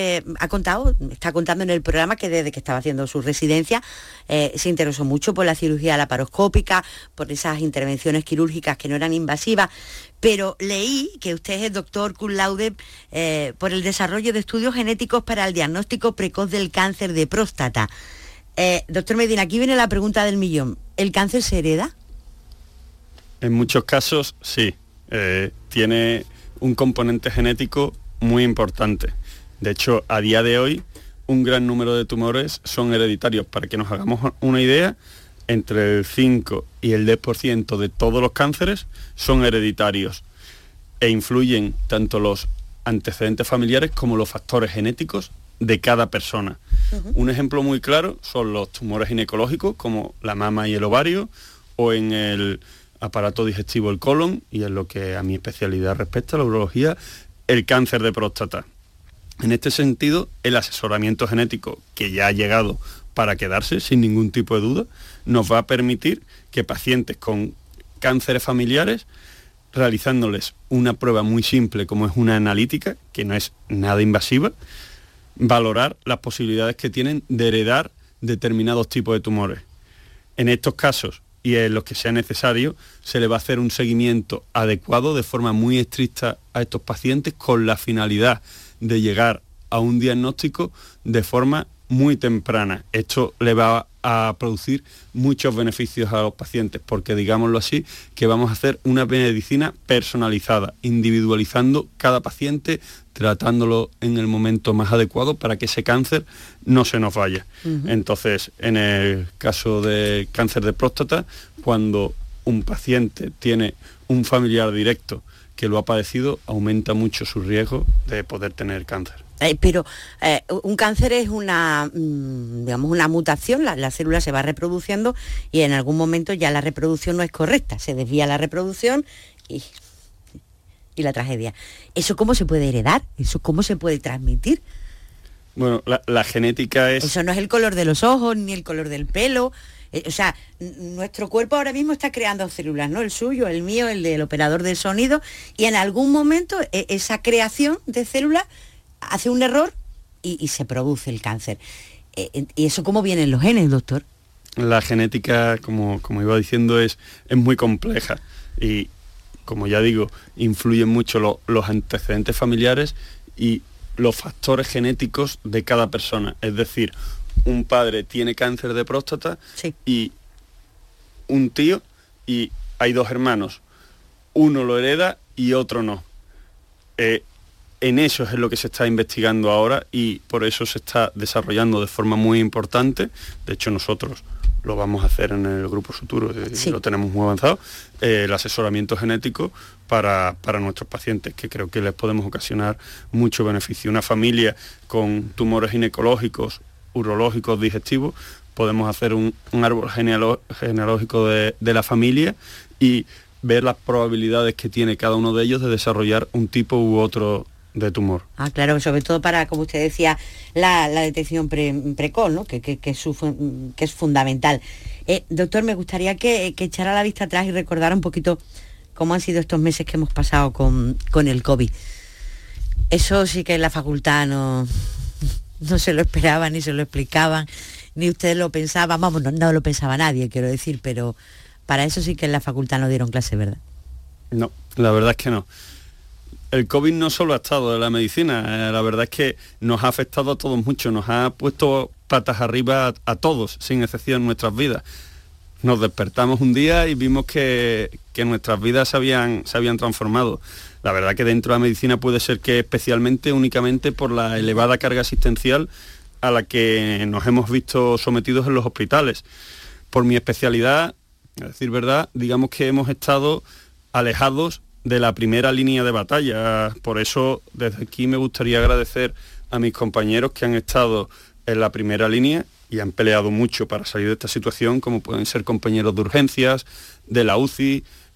está contando en el programa que desde que estaba haciendo su residencia se interesó mucho por la cirugía laparoscópica, por esas intervenciones quirúrgicas que no eran invasivas, pero leí que usted es doctor cum laude por el desarrollo de estudios genéticos para el diagnóstico precoz del cáncer de próstata. Doctor Medina, aquí viene la pregunta del millón. ¿El cáncer se hereda? En muchos casos sí. Tiene un componente genético muy importante. De hecho, a día de hoy, un gran número de tumores son hereditarios. Para que nos hagamos una idea, entre el 5 y el 10% de todos los cánceres son hereditarios e influyen tanto los antecedentes familiares como los factores genéticos de cada persona. Un ejemplo muy claro son los tumores ginecológicos, como la mama y el ovario, o en el aparato digestivo, el colon, y en lo que a mi especialidad respecta, la urología, el cáncer de próstata. En este sentido, el asesoramiento genético, que ya ha llegado para quedarse, sin ningún tipo de duda, nos va a permitir que pacientes con cánceres familiares, realizándoles una prueba muy simple como es una analítica, que no es nada invasiva, valorar las posibilidades que tienen de heredar determinados tipos de tumores. En estos casos, y en los que sea necesario, se le va a hacer un seguimiento adecuado de forma muy estricta a estos pacientes con la finalidad de llegar a un diagnóstico de forma muy temprana. Esto le va a producir muchos beneficios a los pacientes porque, digámoslo así, que vamos a hacer una medicina personalizada, individualizando cada paciente, tratándolo en el momento más adecuado para que ese cáncer no se nos vaya. Entonces, en el caso de cáncer de próstata, cuando un paciente tiene un familiar directo que lo ha padecido, aumenta mucho su riesgo de poder tener cáncer. Pero un cáncer es una mutación, la célula se va reproduciendo y en algún momento ya la reproducción no es correcta, se desvía la reproducción y la tragedia. ¿Eso cómo se puede heredar? ¿Eso cómo se puede transmitir? Bueno, la genética es... Eso no es el color de los ojos, ni el color del pelo. O sea, nuestro cuerpo ahora mismo está creando células, ¿no? El suyo, el mío, el del operador de sonido, y en algún momento esa creación de células hace un error y se produce el cáncer. ¿Y eso cómo vienen los genes, doctor? La genética, como iba diciendo, es muy compleja y, como ya digo, influyen mucho los antecedentes familiares y los factores genéticos de cada persona. Es decir, un padre tiene cáncer de próstata, sí, y un tío, y hay dos hermanos. Uno lo hereda y otro no. En eso es lo que se está investigando ahora y por eso se está desarrollando de forma muy importante. De hecho, nosotros lo vamos a hacer en el Grupo Suturo, sí, lo tenemos muy avanzado, el asesoramiento genético para nuestros pacientes, que creo que les podemos ocasionar mucho beneficio. Una familia con tumores ginecológicos, urológicos, digestivos, podemos hacer un árbol genealógico de la familia y ver las probabilidades que tiene cada uno de ellos de desarrollar un tipo u otro de tumor. Claro, sobre todo para, como usted decía, la detección precoz, ¿no? que es fundamental. Doctor, me gustaría que echara la vista atrás y recordara un poquito cómo han sido estos meses que hemos pasado con el COVID. Eso sí que en la facultad no se lo esperaban, ni se lo explicaban, ni ustedes lo pensaban, vamos, no lo pensaba nadie, quiero decir, pero para eso sí que en la facultad no dieron clase, ¿verdad? No, la verdad es que no. El COVID no solo ha estado en la medicina, la verdad es que nos ha afectado a todos mucho, nos ha puesto patas arriba a todos, sin excepción, en nuestras vidas. Nos despertamos un día y vimos que nuestras vidas se habían transformado. La verdad que dentro de la medicina puede ser que especialmente, únicamente por la elevada carga asistencial a la que nos hemos visto sometidos en los hospitales. Por mi especialidad, a decir verdad, digamos que hemos estado alejados de la primera línea de batalla. Por eso, desde aquí me gustaría agradecer a mis compañeros que han estado en la primera línea y han peleado mucho para salir de esta situación, como pueden ser compañeros de urgencias, de la UCI,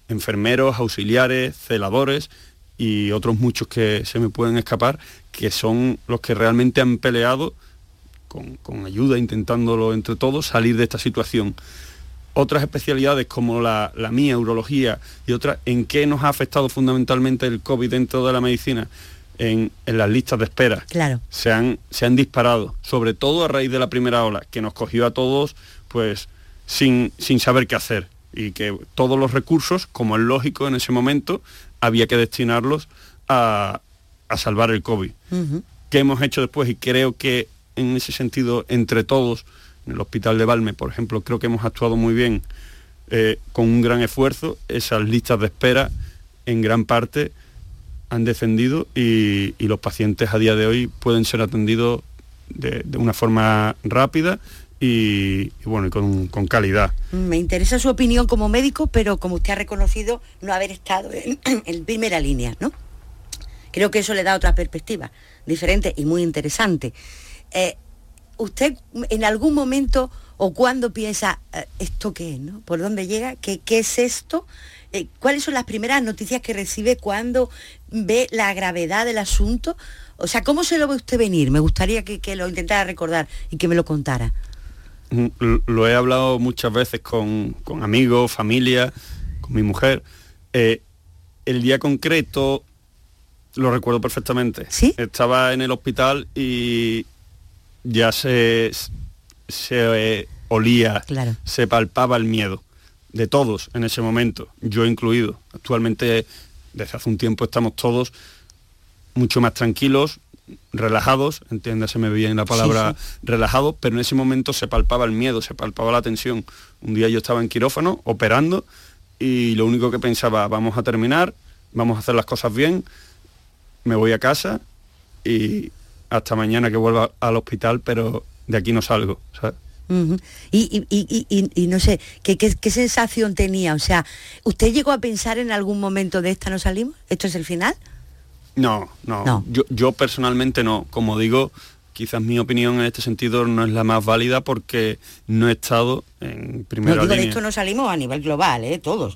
enfermeros, auxiliares, celadores y otros muchos que se me pueden escapar, que son los que realmente han peleado con ayuda, intentándolo entre todos, salir de esta situación. Otras especialidades como la mía, urología y otras, ¿en qué nos ha afectado fundamentalmente el COVID dentro de la medicina? En las listas de espera. Claro. Se han disparado, sobre todo a raíz de la primera ola, que nos cogió a todos pues sin saber qué hacer, y que todos los recursos, como es lógico en ese momento, había que destinarlos a salvar el COVID. Uh-huh. ¿Qué hemos hecho después? Y creo que en ese sentido, entre todos, en el Hospital de Valme, por ejemplo, creo que hemos actuado muy bien, con un gran esfuerzo. Esas listas de espera, en gran parte, han descendido y los pacientes a día de hoy pueden ser atendidos de una forma rápida y con calidad. Me interesa su opinión como médico, pero como usted ha reconocido, no haber estado en primera línea, ¿no? Creo que eso le da otra perspectiva diferente y muy interesante. ¿Usted en algún momento o cuándo piensa, ¿esto qué es, no? ¿Por dónde llega? ¿Qué es esto? ¿Cuáles son las primeras noticias que recibe cuando ve la gravedad del asunto? O sea, ¿cómo se lo ve usted venir? Me gustaría que lo intentara recordar y que me lo contara. Lo he hablado muchas veces con amigos, familia, con mi mujer. El día concreto lo recuerdo perfectamente. ¿Sí? Estaba en el hospital y ya se olía, claro, se palpaba el miedo de todos en ese momento, yo incluido. Actualmente, desde hace un tiempo, estamos todos mucho más tranquilos, relajados, entiéndaseme bien la palabra, sí. Relajados, pero en ese momento se palpaba el miedo, se palpaba la tensión. Un día yo estaba en quirófano, operando, y lo único que pensaba, vamos a terminar, vamos a hacer las cosas bien, me voy a casa y hasta mañana que vuelva al hospital, pero de aquí no salgo, ¿sabes? Uh-huh. Y no sé, ¿qué sensación tenía? O sea, ¿usted llegó a pensar en algún momento de esta no salimos? ¿Esto es el final? No. Yo personalmente no. Como digo, quizás mi opinión en este sentido no es la más válida porque no he estado en primera línea. De esto no salimos a nivel global, todos.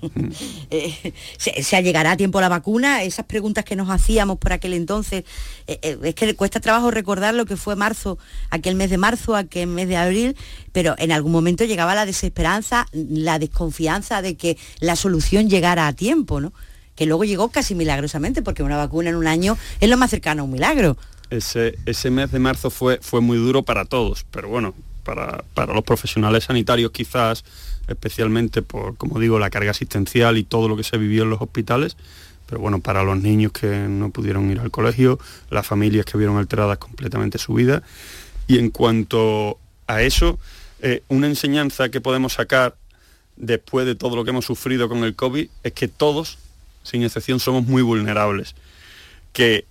¿Se llegará a tiempo la vacuna? Esas preguntas que nos hacíamos por aquel entonces, es que cuesta trabajo recordar lo que fue marzo, aquel mes de marzo, aquel mes de abril, pero en algún momento llegaba la desesperanza, la desconfianza de que la solución llegara a tiempo, ¿no? Que luego llegó casi milagrosamente, porque una vacuna en un año es lo más cercano a un milagro. Ese mes de marzo fue muy duro para todos, pero bueno, para los profesionales sanitarios quizás, especialmente por, como digo, la carga asistencial y todo lo que se vivió en los hospitales, pero bueno, para los niños que no pudieron ir al colegio, las familias que vieron alteradas completamente su vida. Y en cuanto a eso, una enseñanza que podemos sacar después de todo lo que hemos sufrido con el COVID es que todos, sin excepción, somos muy vulnerables, que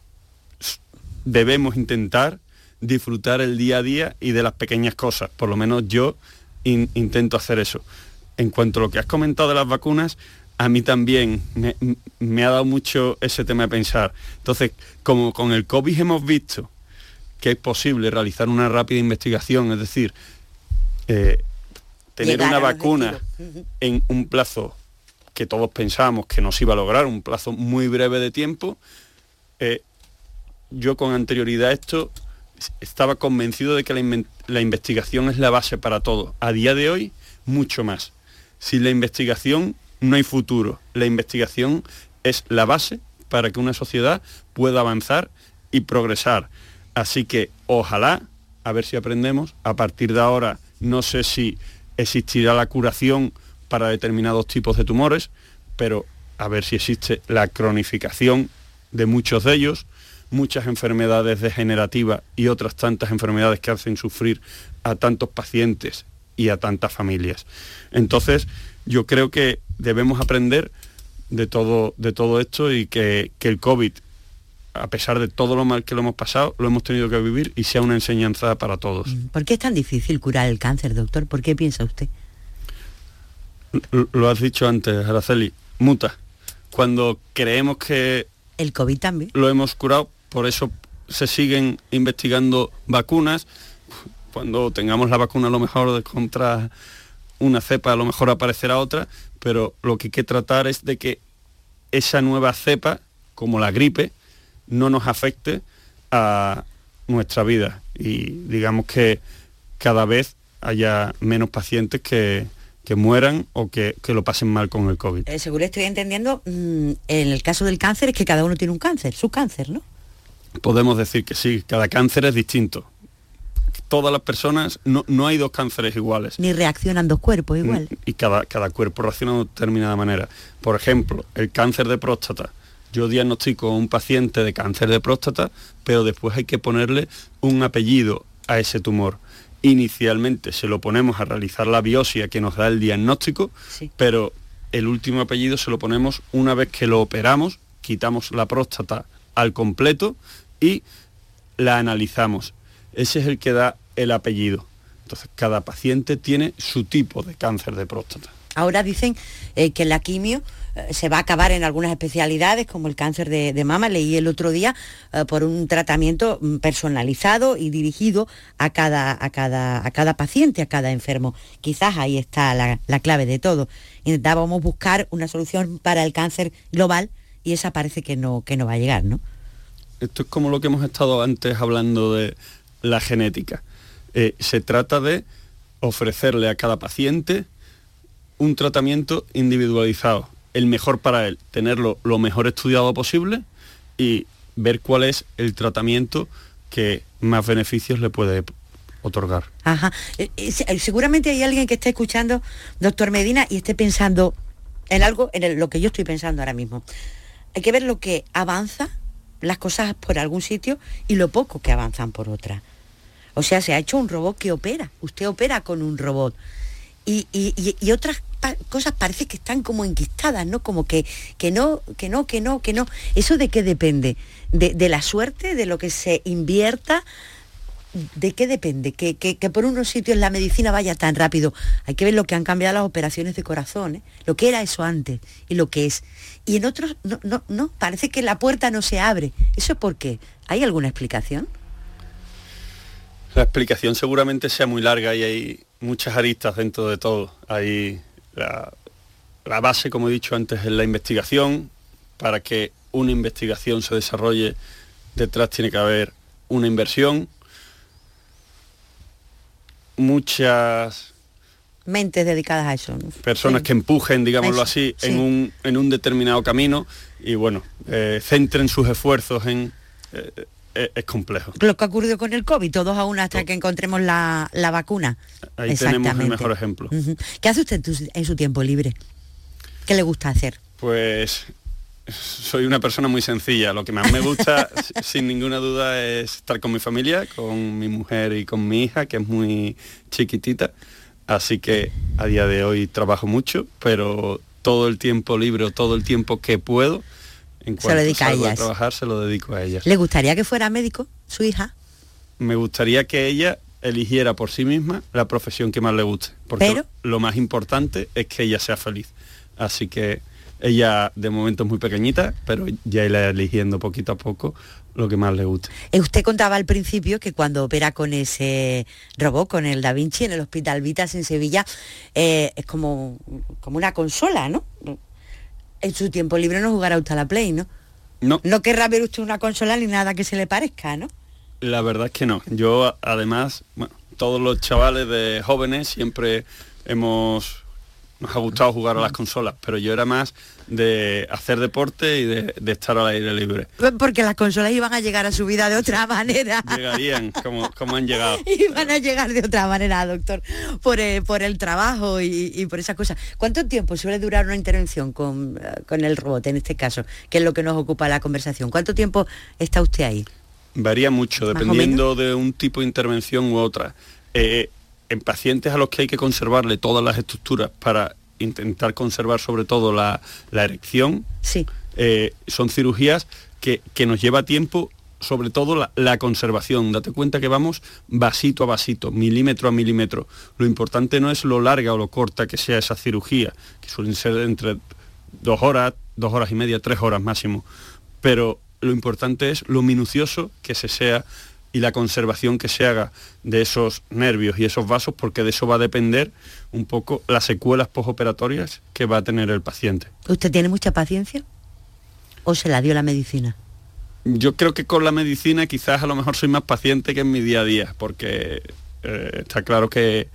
debemos intentar disfrutar el día a día y de las pequeñas cosas. Por lo menos yo intento hacer eso. En cuanto a lo que has comentado de las vacunas, a mí también me ha dado mucho ese tema de pensar. Entonces, como con el COVID hemos visto que es posible realizar una rápida investigación, es decir, tener una vacuna en un plazo que todos pensábamos que no se iba a lograr, un plazo muy breve de tiempo, yo con anterioridad a esto estaba convencido de que la investigación es la base para todo. A día de hoy, mucho más. Sin la investigación no hay futuro. La investigación es la base para que una sociedad pueda avanzar y progresar. Así que ojalá, a ver si aprendemos, a partir de ahora no sé si existirá la curación para determinados tipos de tumores, pero a ver si existe la cronificación de muchos de ellos, muchas enfermedades degenerativas y otras tantas enfermedades que hacen sufrir a tantos pacientes y a tantas familias. Entonces, yo creo que debemos aprender de todo esto y que el COVID, a pesar de todo lo mal que lo hemos pasado, lo hemos tenido que vivir y sea una enseñanza para todos. ¿Por qué es tan difícil curar el cáncer, doctor? ¿Por qué piensa usted? Lo has dicho antes, Araceli, muta. Cuando creemos que el COVID también lo hemos curado, por eso se siguen investigando vacunas. Cuando tengamos la vacuna, a lo mejor contra una cepa, a lo mejor aparecerá otra, pero lo que hay que tratar es de que esa nueva cepa, como la gripe, no nos afecte a nuestra vida y digamos que cada vez haya menos pacientes que mueran o que lo pasen mal con el COVID. Seguro estoy entendiendo, en el caso del cáncer es que cada uno tiene un cáncer, su cáncer, ¿no? Podemos decir que sí, cada cáncer es distinto. Todas las personas, no hay dos cánceres iguales. Ni reaccionan dos cuerpos igual. Y cada cuerpo reacciona de determinada manera. Por ejemplo, el cáncer de próstata. Yo diagnostico a un paciente de cáncer de próstata, pero después hay que ponerle un apellido a ese tumor. Inicialmente se lo ponemos a realizar la biopsia que nos da el diagnóstico, sí, pero el último apellido se lo ponemos una vez que lo operamos, quitamos la próstata al completo y la analizamos. Ese es el que da el apellido. Entonces, cada paciente tiene su tipo de cáncer de próstata. Ahora dicen que la quimio se va a acabar en algunas especialidades, como el cáncer de mama. Leí el otro día por un tratamiento personalizado y dirigido a cada paciente, a cada enfermo. Quizás ahí está la clave de todo. Intentábamos buscar una solución para el cáncer global y esa parece que no va a llegar, ¿no? Esto es como lo que hemos estado antes hablando de la genética. Se trata de ofrecerle a cada paciente un tratamiento individualizado, el mejor para él, tenerlo lo mejor estudiado posible y ver cuál es el tratamiento que más beneficios le puede otorgar. Ajá. Seguramente hay alguien que esté escuchando, doctor Medina, y esté pensando en algo, lo que yo estoy pensando ahora mismo. Hay que ver lo que avanza, las cosas por algún sitio y lo poco que avanzan por otra. O sea, se ha hecho un robot que opera. Usted opera con un robot. Y otras cosas parece que están como enquistadas, ¿no? Como que no. ¿Eso de qué depende? ¿De la suerte? ¿De lo que se invierta? ¿De qué depende? Que por unos sitios la medicina vaya tan rápido. Hay que ver lo que han cambiado las operaciones de corazón, ¿eh? Lo que era eso antes y lo que es. Y en otros, no, parece que la puerta no se abre. ¿Eso es por qué? ¿Hay alguna explicación? La explicación seguramente sea muy larga y hay muchas aristas dentro de todo. Hay la base, como he dicho antes, es la investigación. Para que una investigación se desarrolle, detrás tiene que haber una inversión. Muchas mentes dedicadas a eso, ¿no? Personas, sí, que empujen, digámoslo así, sí, en un determinado camino y bueno, centren sus esfuerzos en... es complejo. Lo que ha ocurrido con el COVID, todos a una hasta que encontremos la vacuna. Ahí tenemos el mejor ejemplo. Uh-huh. ¿Qué hace usted en su tiempo libre? ¿Qué le gusta hacer? Pues soy una persona muy sencilla. Lo que más me gusta, sin ninguna duda, es estar con mi familia, con mi mujer y con mi hija, que es muy chiquitita. Así que a día de hoy trabajo mucho, pero todo el tiempo libre o todo el tiempo que puedo, en cuanto salgo a trabajar, se lo dedico a ellas. ¿Le gustaría que fuera médico, su hija? Me gustaría que ella eligiera por sí misma la profesión que más le guste, porque lo más importante es que ella sea feliz. Así que ella de momento es muy pequeñita, pero ya irá eligiendo poquito a poco lo que más le guste. Usted contaba al principio que cuando opera con ese robot, con el Da Vinci, en el Hospital Vitas en Sevilla, es como una consola, ¿no? En su tiempo libre no jugará usted a la Play, ¿no? No. No querrá ver usted una consola ni nada que se le parezca, ¿no? La verdad es que no. Yo, además, bueno, todos los chavales de jóvenes siempre nos ha gustado jugar a las consolas, pero yo era más de hacer deporte y de estar al aire libre. Porque las consolas iban a llegar a su vida de otra manera. Llegarían como han llegado. Iban a llegar de otra manera, doctor, por el trabajo y por esas cosas. ¿Cuánto tiempo suele durar una intervención con el robot, en este caso, que es lo que nos ocupa la conversación? ¿Cuánto tiempo está usted ahí? Varía mucho, dependiendo de un tipo de intervención u otra. En pacientes a los que hay que conservarle todas las estructuras para intentar conservar sobre todo la erección, sí, son cirugías que nos lleva tiempo, sobre todo la conservación. Date cuenta que vamos vasito a vasito, milímetro a milímetro. Lo importante no es lo larga o lo corta que sea esa cirugía, que suelen ser entre 2 horas, 2 horas y media, 3 horas máximo. Pero lo importante es lo minucioso que se sea y la conservación que se haga de esos nervios y esos vasos, porque de eso va a depender un poco las secuelas postoperatorias que va a tener el paciente. ¿Usted tiene mucha paciencia o se la dio la medicina? Yo creo que con la medicina quizás a lo mejor soy más paciente que en mi día a día, porque está claro que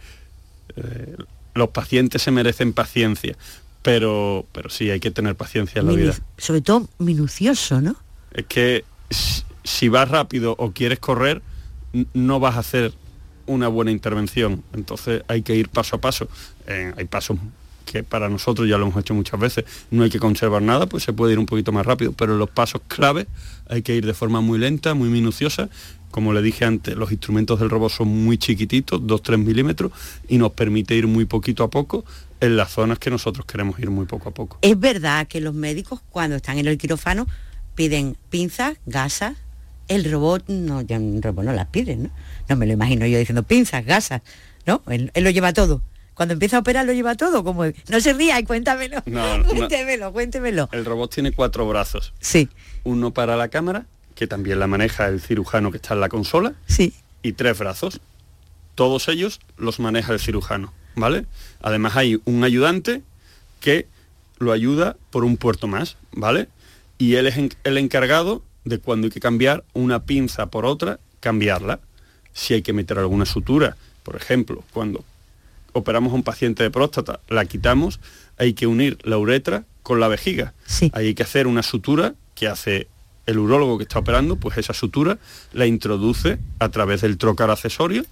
los pacientes se merecen paciencia, pero sí hay que tener paciencia en la vida. Sobre todo minucioso, ¿no? Es que si vas rápido o quieres correr, no vas a hacer una buena intervención. Entonces hay que ir paso a paso. Hay pasos que para nosotros ya lo hemos hecho muchas veces. No hay que conservar nada, pues se puede ir un poquito más rápido, pero en los pasos claves hay que ir de forma muy lenta, muy minuciosa. Como le dije antes, los instrumentos del robot son muy chiquititos, 2-3 milímetros, y nos permite ir muy poquito a poco en las zonas que nosotros queremos ir muy poco a poco. Es verdad que los médicos cuando están en el quirófano piden pinzas, gasas. El robot no las pide, ¿no? No me lo imagino yo diciendo pinzas, gasas, ¿no? Él lo lleva todo. Cuando empieza a operar lo lleva todo, como no se ría y cuéntamelo. No. Cuéntemelo. El robot tiene 4 brazos. Sí. Uno para la cámara, que también la maneja el cirujano que está en la consola. Sí. Y 3 brazos. Todos ellos los maneja el cirujano, ¿vale? Además hay un ayudante que lo ayuda por un puerto más, ¿vale? Y él es el encargado de cuando hay que cambiar una pinza por otra, cambiarla. Si hay que meter alguna sutura, por ejemplo, cuando operamos a un paciente de próstata, la quitamos, hay que unir la uretra con la vejiga. Sí. Ahí hay que hacer una sutura que hace el urólogo que está operando, pues esa sutura la introduce a través del trocar accesorio,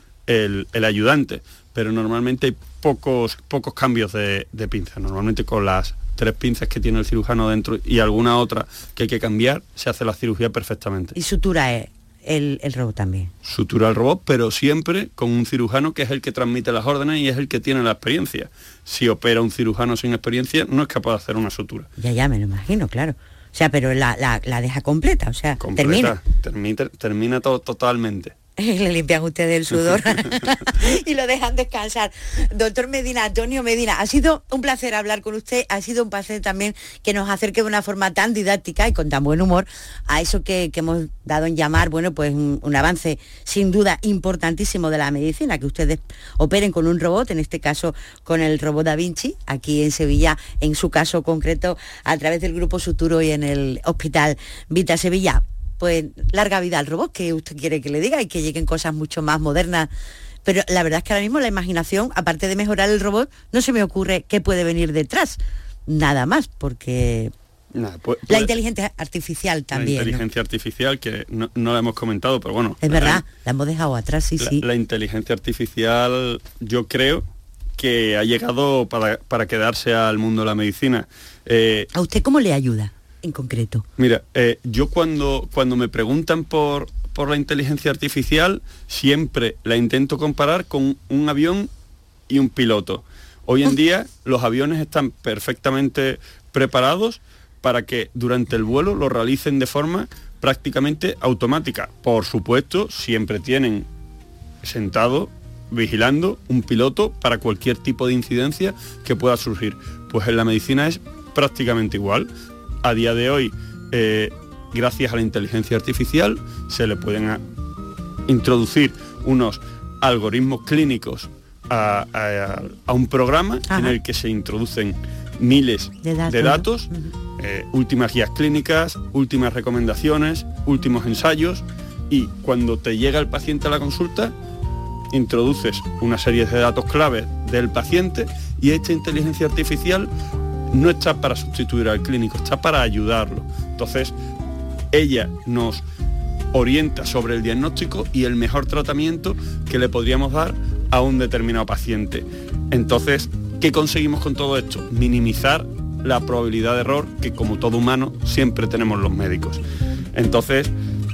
el ayudante. Pero normalmente hay pocos cambios de pinza. Normalmente con las 3 pinzas que tiene el cirujano dentro y alguna otra que hay que cambiar, se hace la cirugía perfectamente. Y sutura el robot también. Sutura el robot, pero siempre con un cirujano que es el que transmite las órdenes y es el que tiene la experiencia. Si opera un cirujano sin experiencia, no es capaz de hacer una sutura. Ya me lo imagino, claro. O sea, pero la deja completa, o sea, completa, termina todo totalmente. Le limpian ustedes el sudor y lo dejan descansar. Doctor Medina, Antonio Medina, ha sido un placer hablar con usted, ha sido un placer también que nos acerque de una forma tan didáctica y con tan buen humor a eso que hemos dado en llamar, bueno, pues un avance sin duda importantísimo de la medicina, que ustedes operen con un robot, en este caso con el robot Da Vinci, aquí en Sevilla, en su caso concreto, a través del Grupo Suturo y en el Hospital Vita Sevilla. Pues larga vida al robot, que usted quiere que le diga, y que lleguen cosas mucho más modernas. Pero la verdad es que ahora mismo la imaginación, aparte de mejorar el robot, no se me ocurre qué puede venir detrás. Nada más, porque la inteligencia artificial también. La inteligencia artificial, que no la hemos comentado, pero bueno. Es verdad, la hemos dejado atrás, sí. La inteligencia artificial, yo creo que ha llegado para quedarse al mundo de la medicina. ¿A usted cómo le ayuda? En concreto. Mira, yo cuando me preguntan por la inteligencia artificial, siempre la intento comparar con un avión y un piloto. Hoy en día los aviones están perfectamente preparados para que durante el vuelo lo realicen de forma prácticamente automática. Por supuesto, siempre tienen sentado, vigilando, un piloto para cualquier tipo de incidencia que pueda surgir. Pues en la medicina es prácticamente igual. A día de hoy, gracias a la inteligencia artificial, se le pueden introducir unos algoritmos clínicos a un programa. Ajá. En el que se introducen miles de datos, últimas guías clínicas, últimas recomendaciones, últimos ensayos, y cuando te llega el paciente a la consulta, introduces una serie de datos claves del paciente, y esta inteligencia artificial no está para sustituir al clínico, está para ayudarlo. Entonces, ella nos orienta sobre el diagnóstico y el mejor tratamiento que le podríamos dar a un determinado paciente. Entonces, ¿qué conseguimos con todo esto? Minimizar la probabilidad de error que, como todo humano, siempre tenemos los médicos. Entonces,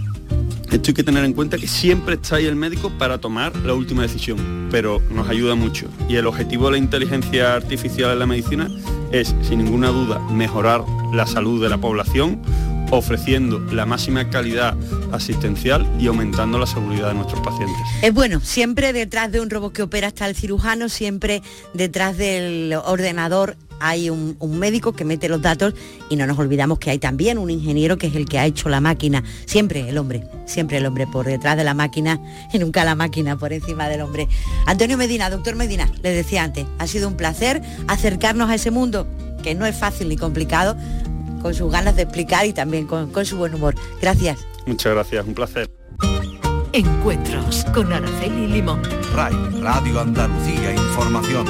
esto hay que tener en cuenta, que siempre está ahí el médico para tomar la última decisión, pero nos ayuda mucho. Y el objetivo de la inteligencia artificial en la medicina es, sin ninguna duda, mejorar la salud de la población, ofreciendo la máxima calidad asistencial y aumentando la seguridad de nuestros pacientes. Es bueno, siempre detrás de un robot que opera está el cirujano, siempre detrás del ordenador hay un médico que mete los datos y no nos olvidamos que hay también un ingeniero que es el que ha hecho la máquina. Siempre el hombre por detrás de la máquina y nunca la máquina por encima del hombre. Antonio Medina, doctor Medina, les decía antes, ha sido un placer acercarnos a ese mundo que no es fácil ni complicado, con sus ganas de explicar y también con su buen humor. Gracias. Muchas gracias, un placer. Encuentros con Araceli Limón. RAI, Radio Andalucía Información.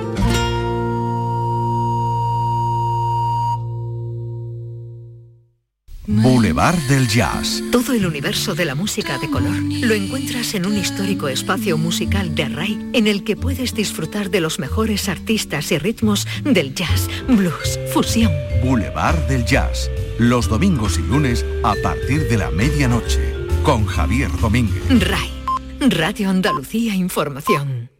Boulevard del Jazz. Todo el universo de la música de color lo encuentras en un histórico espacio musical de RAI en el que puedes disfrutar de los mejores artistas y ritmos del jazz, blues, fusión. Boulevard del Jazz. Los domingos y lunes a partir de la medianoche. Con Javier Domínguez. RAI, Radio Andalucía Información.